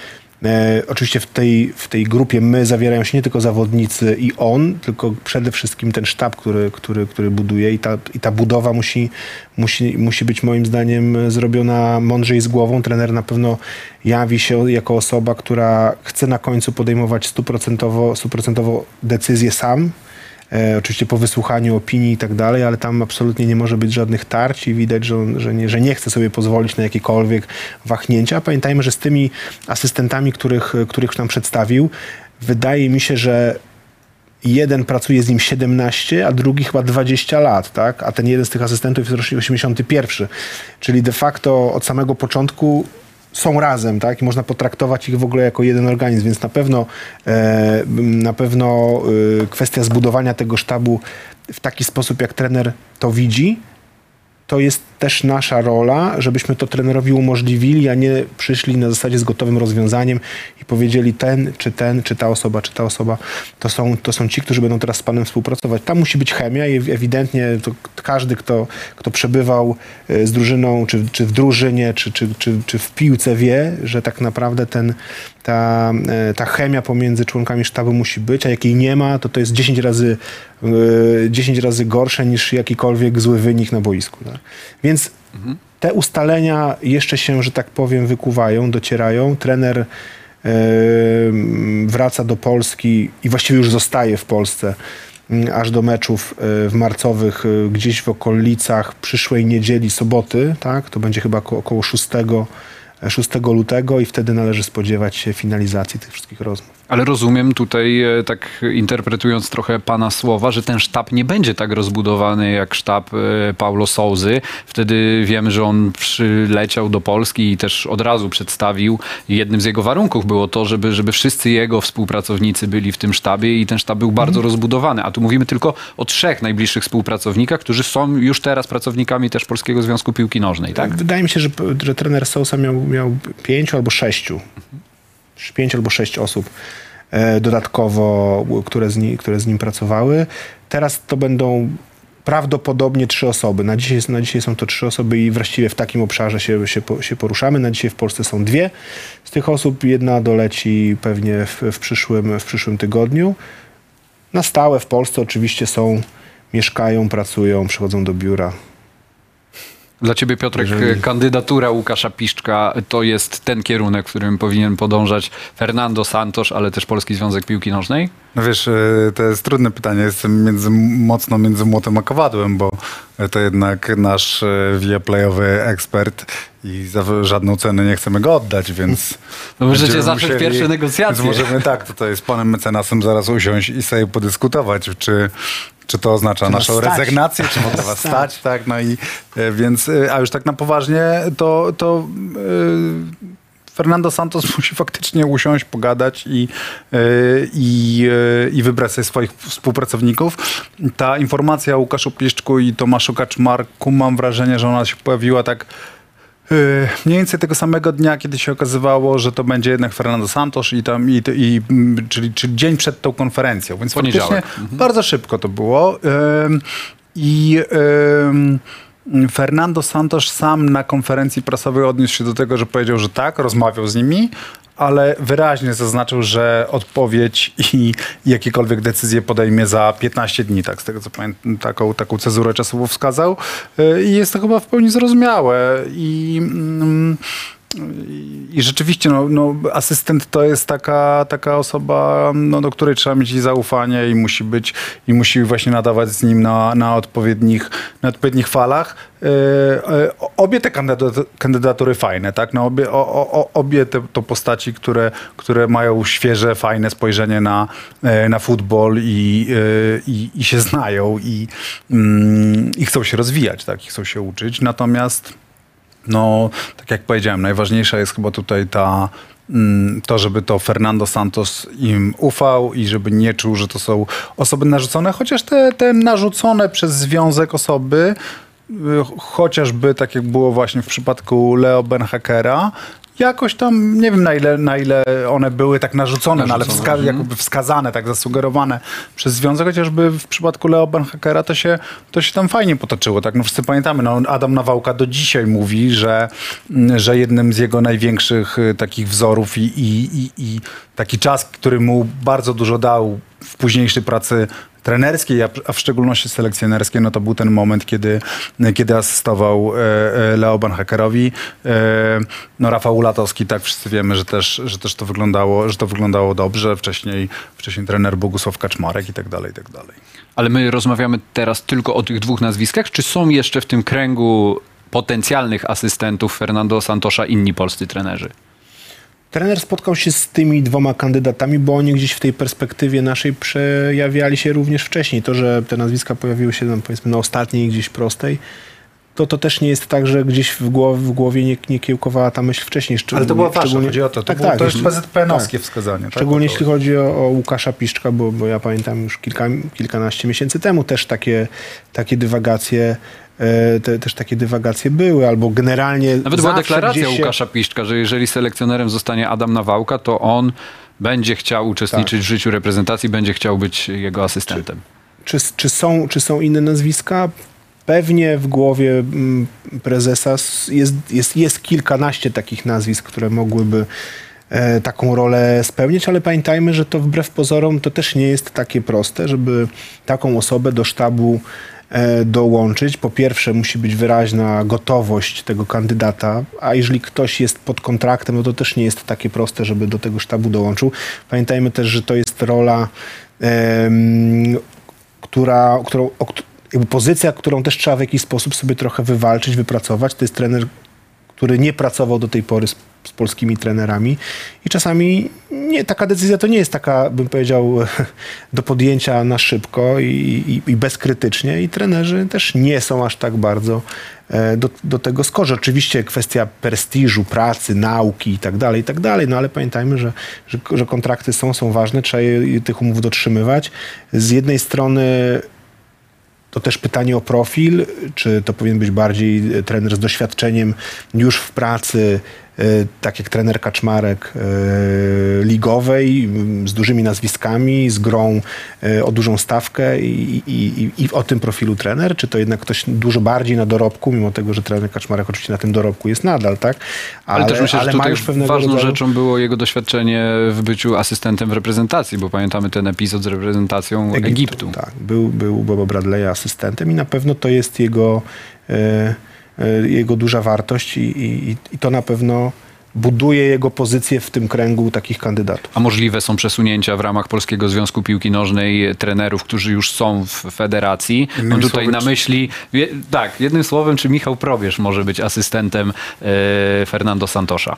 E, oczywiście w tej, w tej grupie my zawierają się nie tylko zawodnicy i on, tylko przede wszystkim ten sztab, który, który, który buduje i ta, i ta budowa musi, musi, musi być moim zdaniem zrobiona mądrzej z głową. Trener na pewno jawi się jako osoba, która chce na końcu podejmować stuprocentowo, stuprocentowo decyzję sam. E, oczywiście po wysłuchaniu opinii i tak dalej, ale tam absolutnie nie może być żadnych tarć i widać, że, on, że, nie, że nie chce sobie pozwolić na jakiekolwiek wahnięcia. Pamiętajmy, że z tymi asystentami, których, których nam przedstawił, wydaje mi się, że jeden pracuje z nim siedemnaście, a drugi chyba dwadzieścia lat, tak? A ten jeden z tych asystentów jest rocznik osiemdziesiąty pierwszy. Czyli de facto od samego początku są razem, tak? I można potraktować ich w ogóle jako jeden organizm, więc na pewno, e, na pewno e, kwestia zbudowania tego sztabu w taki sposób, jak trener to widzi, to jest też nasza rola, żebyśmy to trenerowi umożliwili, a nie przyszli na zasadzie z gotowym rozwiązaniem i powiedzieli ten, czy ten, czy ta osoba, czy ta osoba, to są, to są ci, którzy będą teraz z panem współpracować. Tam musi być chemia i ewidentnie to każdy, kto, kto przebywał z drużyną, czy, czy w drużynie, czy, czy, czy, czy w piłce wie, że tak naprawdę ten, ta, ta chemia pomiędzy członkami sztabu musi być, a jak jej nie ma, to to jest dziesięć razy, dziesięć razy gorsze niż jakikolwiek zły wynik na boisku. Tak? Więc mhm. te ustalenia jeszcze się, że tak powiem, wykuwają, docierają. Trener yy, wraca do Polski i właściwie już zostaje w Polsce yy, aż do meczów yy, w marcowych, yy, gdzieś w okolicach przyszłej niedzieli, soboty, tak? To będzie chyba ko- około szóstego lutego i wtedy należy spodziewać się finalizacji tych wszystkich rozmów. Ale rozumiem tutaj, tak interpretując trochę pana słowa, że ten sztab nie będzie tak rozbudowany jak sztab Paulo Sousy. Wtedy wiemy, że on przyleciał do Polski i też od razu przedstawił, jednym z jego warunków było to, żeby, żeby wszyscy jego współpracownicy byli w tym sztabie i ten sztab był bardzo hmm. rozbudowany. A tu mówimy tylko o trzech najbliższych współpracownikach, którzy są już teraz pracownikami też Polskiego Związku Piłki Nożnej. Tak? Wydaje mi się, że, że trener Sousa miał, miał pięciu albo sześciu. Pięć albo sześć osób e, dodatkowo, które z, ni, które z nim pracowały. Teraz to będą prawdopodobnie trzy osoby. Na dzisiaj, na dzisiaj są to trzy osoby i właściwie w takim obszarze się, się, się poruszamy. Na dzisiaj w Polsce są dwie z tych osób. Jedna doleci pewnie w, w, przyszłym, w przyszłym tygodniu. Na stałe w Polsce oczywiście są, mieszkają, pracują, przychodzą do biura. Dla ciebie, Piotrek, Jeżeli... kandydatura Łukasza Piszczka to jest ten kierunek, w którym powinien podążać Fernando Santos, ale też Polski Związek Piłki Nożnej? No wiesz, to jest trudne pytanie. Jestem między, mocno między młotem a kowadłem, bo to jednak nasz viaplayowy ekspert i za żadną cenę nie chcemy go oddać, więc... No możecie zacząć musieli, pierwsze negocjacje. Więc możemy tak, tutaj z panem mecenasem zaraz usiąść i sobie podyskutować, czy... Czy to oznacza czy naszą stać. rezygnację, czy mogę was stać, tak? No i więc, a już tak na poważnie, to, to yy, Fernando Santos musi faktycznie usiąść, pogadać i, yy, i, yy, i wybrać sobie swoich współpracowników. Ta informacja o Łukaszu Piszczku i Tomaszu Kaczmarku, mam wrażenie, że ona się pojawiła tak mniej więcej tego samego dnia, kiedy się okazywało, że to będzie jednak Fernando Santos i tam, i, i, czyli, czyli dzień przed tą konferencją. Więc Poniedziałek. faktycznie mhm. bardzo szybko to było. I Fernando Santos sam na konferencji prasowej odniósł się do tego, że powiedział, że tak, rozmawiał z nimi, ale wyraźnie zaznaczył, że odpowiedź i jakiekolwiek decyzje podejmie za piętnaście dni, tak z tego co pamiętam, taką, taką cezurę czasową wskazał. I jest to chyba w pełni zrozumiałe. I, i rzeczywiście no, no, asystent to jest taka, taka osoba, no, do której trzeba mieć zaufanie i musi być, i musi właśnie nadawać z nim na, na, odpowiednich, na odpowiednich falach. Yy, yy, obie te kandydat- kandydatury fajne, tak? No, obie o, o, obie te to postaci, które, które mają świeże, fajne spojrzenie na, yy, na futbol i, yy, i, i się znają i, yy, i chcą się rozwijać, tak? I chcą się uczyć. Natomiast no, tak jak powiedziałem, najważniejsza jest chyba tutaj ta, to, żeby to Fernando Santos im ufał i żeby nie czuł, że to są osoby narzucone, chociaż te, te narzucone przez związek osoby chociażby tak jak było właśnie w przypadku Leo Benhakera, jakoś tam, nie wiem na ile, na ile one były tak narzucone, narzucone. No, ale wska- jakby wskazane, tak zasugerowane przez związek, chociażby w przypadku Leo Benhakera to się, to się tam fajnie potoczyło. Tak? No, wszyscy pamiętamy, no, Adam Nawałka do dzisiaj mówi, że, że jednym z jego największych takich wzorów i, i, i, i taki czas, który mu bardzo dużo dał w późniejszej pracy trenerskiej, a w szczególności selekcjonerskiej, no to był ten moment, kiedy, kiedy asystował e, Leo Benhakerowi. E, no Rafał Ulatowski, tak wszyscy wiemy, że też, że też to wyglądało, że to wyglądało dobrze. Wcześniej, wcześniej trener Bogusław Kaczmarek i tak dalej, i tak dalej. Ale my rozmawiamy teraz tylko o tych dwóch nazwiskach, czy są jeszcze w tym kręgu potencjalnych asystentów Fernando Santosza inni polscy trenerzy? Trener spotkał się z tymi dwoma kandydatami, bo oni gdzieś w tej perspektywie naszej przejawiali się również wcześniej. To, że te nazwiska pojawiły się no, powiedzmy na ostatniej, gdzieś prostej, to to też nie jest tak, że gdzieś w głowie, w głowie nie, nie kiełkowała ta myśl wcześniej. Ale to była wasza, chodzi o to. To, tak, było, tak, to jest P Z P N-owskie tak. wskazanie. Szczególnie tak? jeśli chodzi o, o Łukasza Piszczka, bo, bo ja pamiętam już kilka, kilkanaście miesięcy temu też takie, takie dywagacje Te, też takie dywagacje były, albo generalnie... Nawet była deklaracja się... Łukasza Piszczka, że jeżeli selekcjonerem zostanie Adam Nawałka, to on będzie chciał uczestniczyć tak. w życiu reprezentacji, będzie chciał być jego asystentem. Czy, czy, czy, są, czy są inne nazwiska? Pewnie w głowie prezesa jest, jest, jest kilkanaście takich nazwisk, które mogłyby e, taką rolę spełnić, ale pamiętajmy, że to wbrew pozorom to też nie jest takie proste, żeby taką osobę do sztabu dołączyć. Po pierwsze musi być wyraźna gotowość tego kandydata, a jeżeli ktoś jest pod kontraktem, no to też nie jest takie proste, żeby do tego sztabu dołączył. Pamiętajmy też, że to jest rola, um, która, którą, o, jakby pozycja, którą też trzeba w jakiś sposób sobie trochę wywalczyć, wypracować. To jest trener, który nie pracował do tej pory z, z polskimi trenerami i czasami nie, taka decyzja to nie jest taka, bym powiedział, do podjęcia na szybko i, i, i bezkrytycznie i trenerzy też nie są aż tak bardzo do, do tego skorzy. Oczywiście kwestia prestiżu, pracy, nauki i tak dalej, i tak dalej, no ale pamiętajmy, że, że, że kontrakty są, są ważne, trzeba je, tych umów dotrzymywać. Z jednej strony to też pytanie o profil, czy to powinien być bardziej trener z doświadczeniem już w pracy, tak jak trener Kaczmarek, ligowej, z dużymi nazwiskami, z grą o dużą stawkę i, i, i o tym profilu trener, czy to jednak ktoś dużo bardziej na dorobku, mimo tego, że trener Kaczmarek oczywiście na tym dorobku jest nadal, tak? Ale, ale też myślę, ale że ma tutaj już pewnego ważną rodzaju... rzeczą było jego doświadczenie w byciu asystentem w reprezentacji, bo pamiętamy ten epizod z reprezentacją Egiptu. Egiptu. Tak, był, był Boba Bradley'a asystentem i na pewno to jest jego... E, jego duża wartość i, i, i to na pewno buduje jego pozycję w tym kręgu takich kandydatów. A możliwe są przesunięcia w ramach Polskiego Związku Piłki Nożnej trenerów, którzy już są w federacji? Mam tutaj na myśli, tak, jednym słowem, czy Michał Probierz może być asystentem e, Fernando Santosza?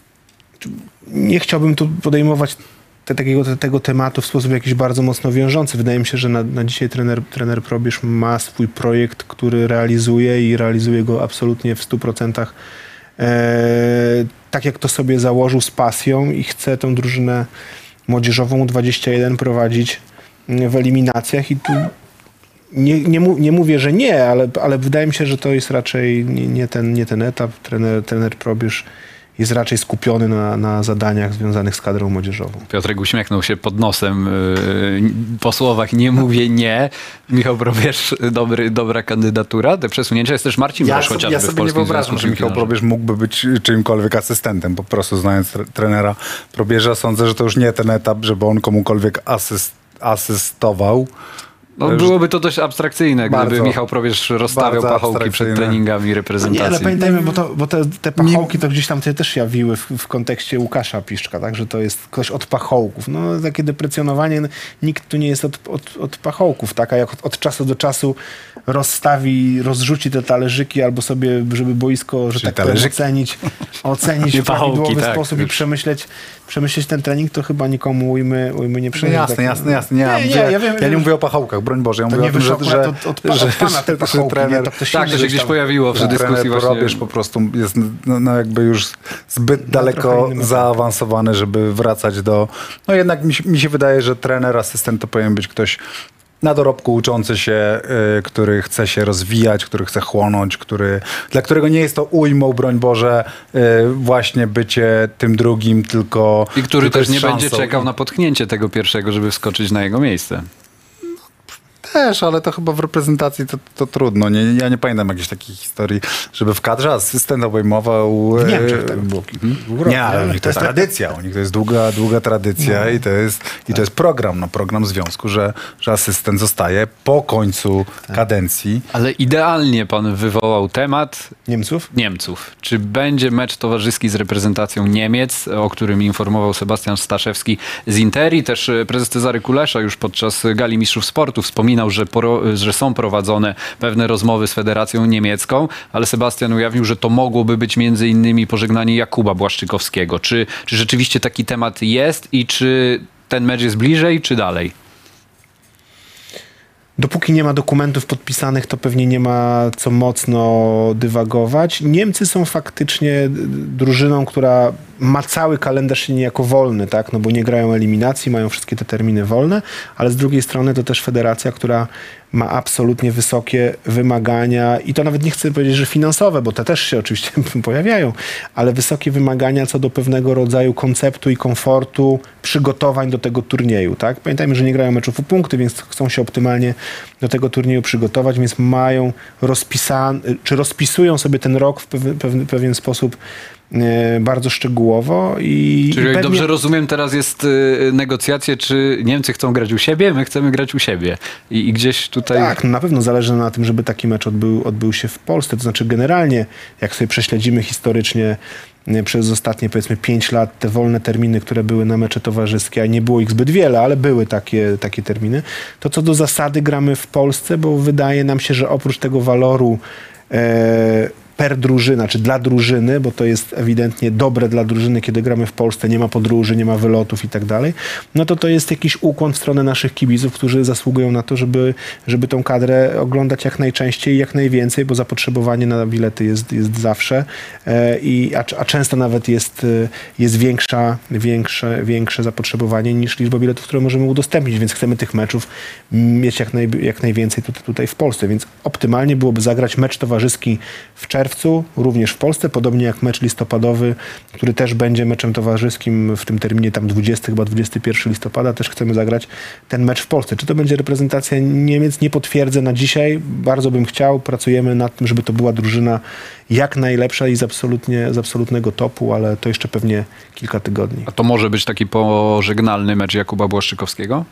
Nie chciałbym tu podejmować te, takiego, te, tego tematu w sposób jakiś bardzo mocno wiążący. Wydaje mi się, że na, na dzisiaj trener, trener Probierz ma swój projekt, który realizuje i realizuje go absolutnie w stu procentach e, tak, jak to sobie założył z pasją i chce tę drużynę młodzieżową U dwadzieścia jeden prowadzić w eliminacjach i tu nie, nie, nie mówię, że nie, ale, ale wydaje mi się, że to jest raczej nie, nie, ten, nie ten etap. Trener, trener Probierz jest raczej skupiony na, na zadaniach związanych z kadrą młodzieżową. Piotrek uśmiechnął się pod nosem yy, po słowach nie mówię nie. Michał Probierz, dobry, dobra kandydatura. Te przesunięcia jest też Marcin ja Brosz sobie, chociażby ja sobie w Polskim nie wyobrażam, że Michał Probierz mógłby być czyimkolwiek asystentem. Po prostu znając tre- trenera Probierza sądzę, że to już nie ten etap, żeby on komukolwiek asyst, asystował. No, byłoby to dość abstrakcyjne, gdyby bardzo, Michał Probierz rozstawiał pachołki przed treningami reprezentacji. Nie, ale pamiętajmy, bo, to, bo te, te pachołki to gdzieś tam się też jawiły w, w kontekście Łukasza Piszczka, tak? Że to jest ktoś od pachołków. No takie deprecjonowanie, no, nikt tu nie jest od, od, od pachołków, tak? A jak od, od czasu do czasu rozstawi, rozrzuci te talerzyki albo sobie, żeby boisko, że Czyli tak powiem, ocenić, ocenić w prawidłowy tak, sposób już. i przemyśleć, przemyśleć ten trening, to chyba nikomu ujmy, ujmy nie No przyniesie. jasne, tak, jasne, jasne. Nie, nie, nie, nie, ja, ja, wiem, ja nie wiem, mówię o pachołkach, broń Boże. Ja to mówię nie o tym, że, że, od, od, od, że, od pana te pachołki, trener, nie? To ktoś tak, to się gdzieś tam, pojawiło w że dyskusji trener właśnie. Probierz po prostu jest no, no jakby już zbyt Na daleko trochę innym zaawansowany, żeby wracać do... No jednak mi, mi się wydaje, że trener, asystent to powinien być ktoś na dorobku uczący się, y, który chce się rozwijać, który chce chłonąć, który, dla którego nie jest to ujmą, broń Boże, y, właśnie bycie tym drugim, tylko... I który tylko też nie jest będzie szansą. czekał na potknięcie tego pierwszego, żeby wskoczyć na jego miejsce. Też, ale to chyba w reprezentacji to, to trudno. Nie, ja nie pamiętam jakiejś takiej historii, żeby w kadrze asystent obejmował... W e, Niemczech tak było. Hmm? Nie, ale u nich to jest tradycja. U nich to jest długa, długa tradycja No. i, to jest, i to jest program, no, program związku, że, że asystent zostaje po końcu kadencji. Ale idealnie pan wywołał temat Niemców? Niemców. Czy będzie mecz towarzyski z reprezentacją Niemiec, o którym informował Sebastian Staszewski z Interi? Też prezes Cezary Kulesza już podczas Gali Mistrzów Sportu wspominał, że, poro, że są prowadzone pewne rozmowy z Federacją Niemiecką, ale Sebastian ujawnił, że to mogłoby być między innymi pożegnanie Jakuba Błaszczykowskiego. Czy, czy rzeczywiście taki temat jest i czy ten mecz jest bliżej, czy dalej? Dopóki nie ma dokumentów podpisanych, to pewnie nie ma co mocno dywagować. Niemcy są faktycznie drużyną, która ma cały kalendarz niejako wolny, tak? No bo nie grają eliminacji, mają wszystkie te terminy wolne, ale z drugiej strony to też federacja, która ma absolutnie wysokie wymagania i to nawet nie chcę powiedzieć, że finansowe, bo te też się oczywiście pojawiają, ale wysokie wymagania co do pewnego rodzaju konceptu i komfortu przygotowań do tego turnieju, tak? Pamiętajmy, że nie grają meczów o punkty, więc chcą się optymalnie do tego turnieju przygotować, więc mają rozpisane, czy rozpisują sobie ten rok w pewien, pewien, pewien sposób e, bardzo szczegółowo i Czyli i jak pewnie... dobrze rozumiem, teraz jest y, negocjacje, czy Niemcy chcą grać u siebie, my chcemy grać u siebie. I, i gdzieś tutaj... Tak, no na pewno zależy na tym, żeby taki mecz odbył, odbył się w Polsce. To znaczy generalnie, jak sobie prześledzimy historycznie nie, przez ostatnie powiedzmy pięć lat te wolne terminy, które były na mecze towarzyskie, a nie było ich zbyt wiele, ale były takie, takie terminy, to co do zasady gramy w Polsce, bo wydaje nam się, że oprócz tego waloru e, per drużyna, czy dla drużyny, bo to jest ewidentnie dobre dla drużyny, kiedy gramy w Polsce, nie ma podróży, nie ma wylotów i tak dalej, no to to jest jakiś ukłon w stronę naszych kibiców, którzy zasługują na to, żeby, żeby tą kadrę oglądać jak najczęściej i jak najwięcej, bo zapotrzebowanie na bilety jest, jest zawsze, e, i, a, a często nawet jest, jest większa, większe, większe zapotrzebowanie niż liczba biletów, które możemy udostępnić, więc chcemy tych meczów mieć jak, naj, jak najwięcej tutaj, tutaj w Polsce, więc optymalnie byłoby zagrać mecz towarzyski w czerwcu, również w Polsce, podobnie jak mecz listopadowy, który też będzie meczem towarzyskim w tym terminie tam dwudziestego, chyba dwudziestego pierwszego listopada, też chcemy zagrać ten mecz w Polsce. Czy to będzie reprezentacja Niemiec? Nie potwierdzę na dzisiaj. Bardzo bym chciał. Pracujemy nad tym, żeby to była drużyna jak najlepsza i z, absolutnie, z absolutnego topu, ale to jeszcze pewnie kilka tygodni. A to może być taki pożegnalny mecz Jakuba Błaszczykowskiego?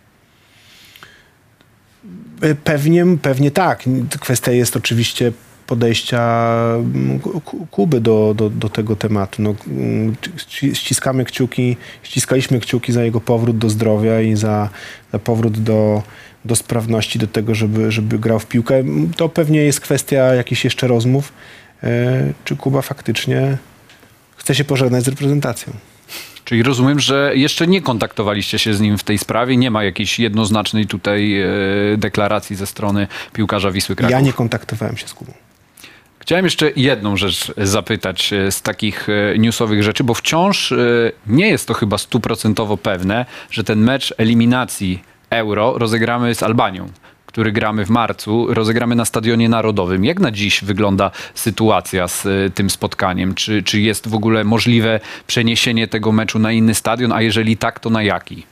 Pewnie, pewnie tak. Kwestia jest oczywiście podejścia Kuby do, do, do tego tematu. No, ściskamy kciuki, ściskaliśmy kciuki za jego powrót do zdrowia i za, za powrót do, do sprawności, do tego, żeby, żeby grał w piłkę. To pewnie jest kwestia jakichś jeszcze rozmów, czy Kuba faktycznie chce się pożegnać z reprezentacją. Czyli rozumiem, że jeszcze nie kontaktowaliście się z nim w tej sprawie, nie ma jakiejś jednoznacznej tutaj e, deklaracji ze strony piłkarza Wisły Kraków. Ja nie kontaktowałem się z Kubą. Chciałem jeszcze jedną rzecz zapytać z takich newsowych rzeczy, bo wciąż nie jest to chyba stuprocentowo pewne, że ten mecz eliminacji Euro rozegramy z Albanią, który gramy w marcu, rozegramy na Stadionie Narodowym. Jak na dziś wygląda sytuacja z tym spotkaniem? Czy, czy jest w ogóle możliwe przeniesienie tego meczu na inny stadion, a jeżeli tak, to na jaki?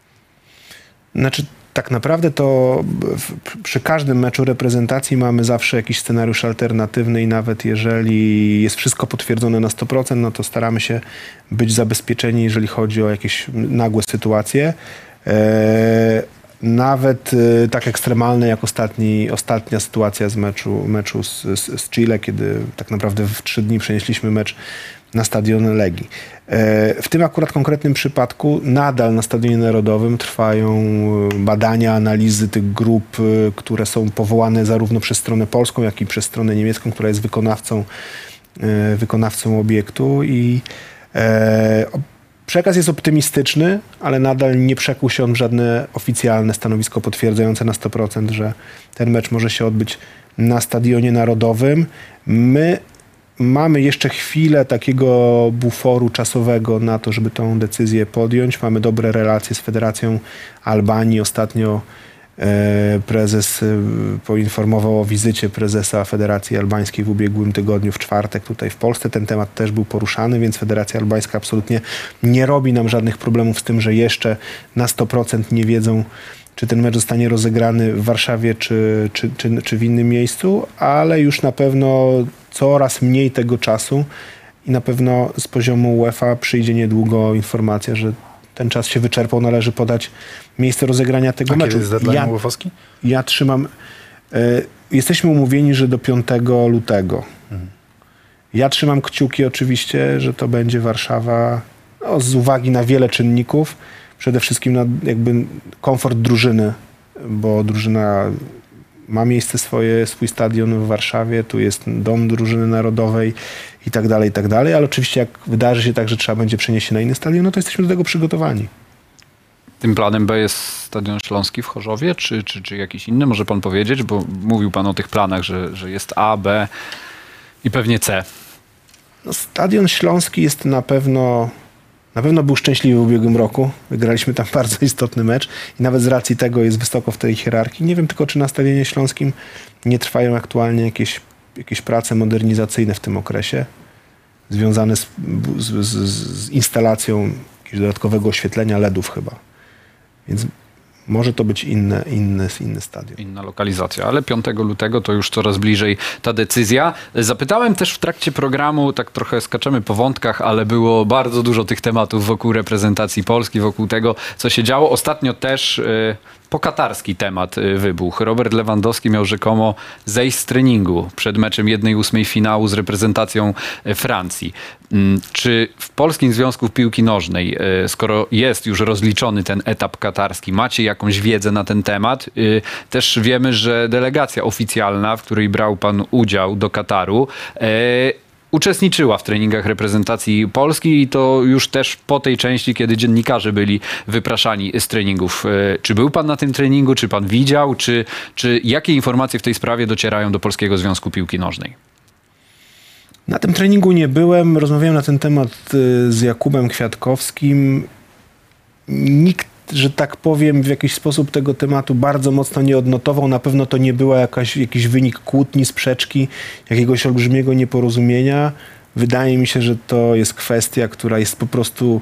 Znaczy, tak naprawdę to w, przy każdym meczu reprezentacji mamy zawsze jakiś scenariusz alternatywny i nawet jeżeli jest wszystko potwierdzone na sto procent, no to staramy się być zabezpieczeni, jeżeli chodzi o jakieś nagłe sytuacje. E, nawet e, tak ekstremalne jak ostatni, ostatnia sytuacja z meczu, meczu z, z, z Chile, kiedy tak naprawdę w trzy dni przenieśliśmy mecz na stadion Legii. W tym akurat konkretnym przypadku nadal na Stadionie Narodowym trwają badania, analizy tych grup, które są powołane zarówno przez stronę polską, jak i przez stronę niemiecką, która jest wykonawcą, wykonawcą obiektu i przekaz jest optymistyczny, ale nadal nie przekuł się on w żadne oficjalne stanowisko potwierdzające na sto procent, że ten mecz może się odbyć na Stadionie Narodowym. My mamy jeszcze chwilę takiego buforu czasowego na to, żeby tą decyzję podjąć. Mamy dobre relacje z Federacją Albanii. Ostatnio Prezes poinformował o wizycie prezesa Federacji Albańskiej w ubiegłym tygodniu, w czwartek tutaj w Polsce. Ten temat też był poruszany, więc Federacja Albańska absolutnie nie robi nam żadnych problemów z tym, że jeszcze na sto procent nie wiedzą, czy ten mecz zostanie rozegrany w Warszawie, czy, czy, czy, czy w innym miejscu, ale już na pewno coraz mniej tego czasu i na pewno z poziomu UEFA przyjdzie niedługo informacja, że ten czas się wyczerpał, należy podać miejsce rozegrania tego A meczu. kiedy jest deadline ja, UEFA-owski? ja trzymam... Y, jesteśmy umówieni, że do piątego lutego. Mhm. Ja trzymam kciuki oczywiście, że to będzie Warszawa, no, z uwagi na wiele czynników. Przede wszystkim na jakby komfort drużyny, bo drużyna ma miejsce swoje, swój stadion w Warszawie, tu jest dom drużyny narodowej i tak dalej, i tak dalej, ale oczywiście jak wydarzy się tak, że trzeba będzie przenieść się na inny stadion, no to jesteśmy do tego przygotowani. Tym planem B jest Stadion Śląski w Chorzowie, czy, czy, czy jakiś inny? Może pan powiedzieć, bo mówił pan o tych planach, że, że jest A, B i pewnie C. No, Stadion Śląski jest na pewno... Na pewno był szczęśliwy w ubiegłym roku. Wygraliśmy tam bardzo istotny mecz i nawet z racji tego jest wysoko w tej hierarchii. Nie wiem tylko, czy na Stadionie Śląskim nie trwają aktualnie jakieś, jakieś prace modernizacyjne w tym okresie, związane z, z, z, z instalacją jakiegoś dodatkowego oświetlenia L E D ów chyba. Więc może to być inne, inny, inny stadion. Inna lokalizacja, ale piątego lutego to już coraz bliżej ta decyzja. Zapytałem też w trakcie programu, tak trochę skaczemy po wątkach, ale było bardzo dużo tych tematów wokół reprezentacji Polski, wokół tego, co się działo. Ostatnio też y, pokatarski temat y, wybuchł. Robert Lewandowski miał rzekomo zejść z treningu przed meczem jednej ósmej finału z reprezentacją y, Francji. Y, czy w Polskim Związku Piłki Nożnej, y, skoro jest już rozliczony ten etap katarski, macie jakąś wiedzę na ten temat? Y, też wiemy, że delegacja oficjalna, w której brał pan udział do Kataru, y, uczestniczyła w treningach reprezentacji Polski i to już też po tej części, kiedy dziennikarze byli wypraszani z treningów. Czy był pan na tym treningu, czy pan widział, czy, czy jakie informacje w tej sprawie docierają do Polskiego Związku Piłki Nożnej? Na tym treningu nie byłem. Rozmawiałem na ten temat z Jakubem Kwiatkowskim. Nikt, że tak powiem, w jakiś sposób tego tematu bardzo mocno nie odnotował. Na pewno to nie była jakaś, jakiś wynik kłótni, sprzeczki, jakiegoś olbrzymiego nieporozumienia. Wydaje mi się, że to jest kwestia, która jest po prostu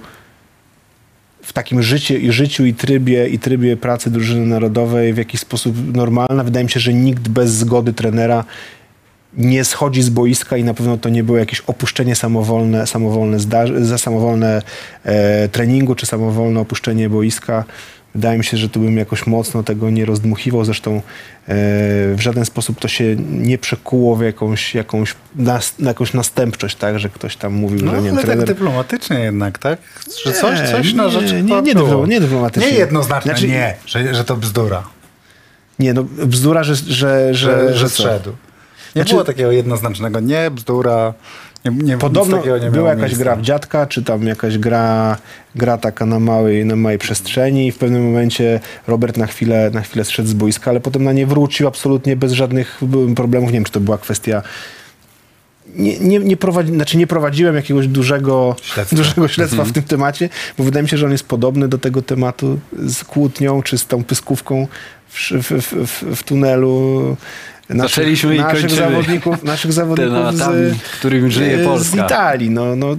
w takim życiu, życiu i trybie, i trybie pracy drużyny narodowej w jakiś sposób normalna. Wydaje mi się, że nikt bez zgody trenera nie schodzi z boiska i na pewno to nie było jakieś opuszczenie samowolne, samowolne, za samowolne e, treningu, czy samowolne opuszczenie boiska. Wydaje mi się, że tu bym jakoś mocno tego nie rozdmuchiwał. Zresztą e, w żaden sposób to się nie przekuło w jakąś, jakąś, nas, na jakąś następczość, tak, że ktoś tam mówił, no, że nie ale trener... tak dyplomatycznie jednak, tak? Że Nie, coś, coś na nie, rzecz nie, nie, nie, dyplom, nie dyplomatycznie. Nie jednoznacznie Znaczy, nie, że, że to bzdura. Nie, no bzdura, że... Że, że, że, że że zszedł. Nie Znaczy, było takiego jednoznacznego nie, bzdura. Nie, nie, podobno nie była jakaś miejsca. gra w dziadka, czy tam jakaś gra, gra taka na małej, na małej przestrzeni i w pewnym momencie Robert na chwilę, na chwilę zszedł z boiska, ale potem na nie wrócił absolutnie bez żadnych problemów. Nie wiem, czy to była kwestia... Nie, nie, nie, prowadzi, znaczy nie prowadziłem jakiegoś dużego śledztwa, dużego śledztwa mhm. w tym temacie, bo wydaje mi się, że on jest podobny do tego tematu z kłótnią, czy z tą pyskówką w, w, w, w, w tunelu. Naszych, Zaczęliśmy i naszych kończymy zawodników, naszych zawodników z, w którym żyje Polska. z Italii. No, no,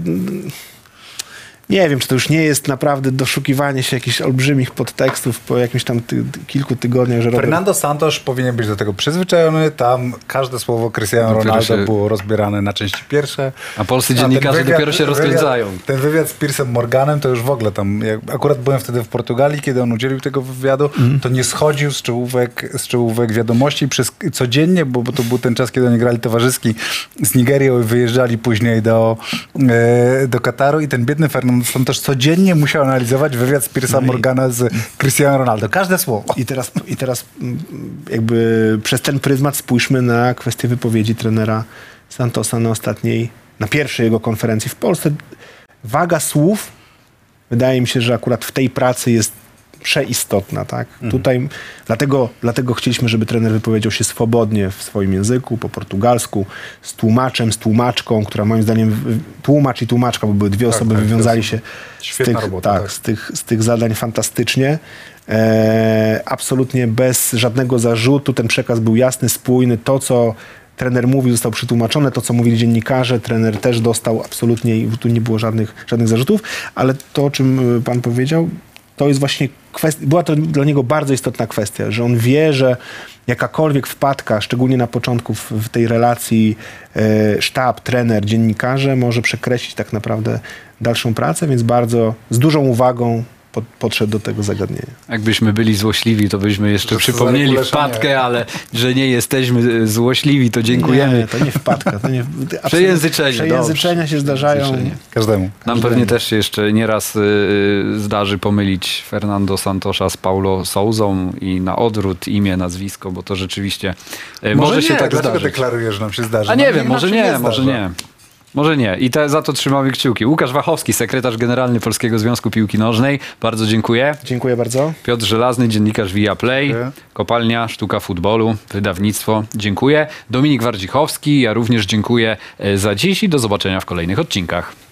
nie wiem, czy to już nie jest naprawdę doszukiwanie się jakichś olbrzymich podtekstów po jakimś tam ty, kilku tygodniach. Że Fernando Robert... Santos powinien być do tego przyzwyczajony. Tam każde słowo Cristiano dopiero Ronaldo się... było rozbierane na części pierwsze. A polscy dziennikarze wywiad, dopiero się rozkręcają. Ten wywiad z Piersem Morganem to już w ogóle tam... Jak akurat byłem wtedy w Portugalii, kiedy on udzielił tego wywiadu, mm. to nie schodził z czołówek, z czołówek wiadomości przez codziennie, bo, bo to był ten czas, kiedy oni grali towarzyski z Nigerią i wyjeżdżali później do, e, do Kataru i ten biedny Fernando Santos codziennie musiał analizować wywiad z Piersa no Morgana z Cristiano Ronaldo. Każde słowo. I teraz, I teraz jakby przez ten pryzmat spójrzmy na kwestię wypowiedzi trenera Santosa na ostatniej, na pierwszej jego konferencji w Polsce. Waga słów, wydaje mi się, że akurat w tej pracy jest przeistotna, tak? Mhm. Tutaj dlatego, dlatego chcieliśmy, żeby trener wypowiedział się swobodnie w swoim języku, po portugalsku, z tłumaczem, z tłumaczką, która moim zdaniem, tłumacz i tłumaczka, bo były dwie osoby, tak, wywiązali się z tych, robota, tak, tak. Z, tych, z tych zadań fantastycznie. E, absolutnie bez żadnego zarzutu, ten przekaz był jasny, spójny, to co trener mówił, zostało przetłumaczone, to co mówili dziennikarze, trener też dostał absolutnie i tu nie było żadnych, żadnych zarzutów, ale to, o czym pan powiedział, to jest właśnie kwestia, była to dla niego bardzo istotna kwestia, że on wie, że jakakolwiek wpadka, szczególnie na początku w, w tej relacji e, sztab, trener, dziennikarze, może przekreślić tak naprawdę dalszą pracę, więc bardzo z dużą uwagą pod, podszedł do tego zagadnienia. Jakbyśmy byli złośliwi, to byśmy jeszcze to przypomnieli wpadkę, ale że nie jesteśmy złośliwi, to dziękujemy. Nie, to nie wpadka. To nie, Przejęzyczenie. Przejęzyczenia dobrze. się zdarzają. Przejęzyczenie. Każdemu. Nam Każdemu. pewnie też się jeszcze nieraz y, zdarzy pomylić Fernando Santosza z Paulo Souzą i na odwrót imię, nazwisko, bo to rzeczywiście y, może, może się nie, tak dlaczego zdarzyć. deklarujesz, że nam się zdarzy? A nie no, wiem, może nie, nie może nie. Może nie. I te, za to trzymamy kciuki. Łukasz Wachowski, sekretarz generalny Polskiego Związku Piłki Nożnej. Bardzo dziękuję. Dziękuję bardzo. Piotr Żelazny, dziennikarz Viaplay. Dziękuję. Kopalnia Sztuka Futbolu, wydawnictwo. Dziękuję. Dominik Wardzichowski. Ja również dziękuję za dziś i do zobaczenia w kolejnych odcinkach.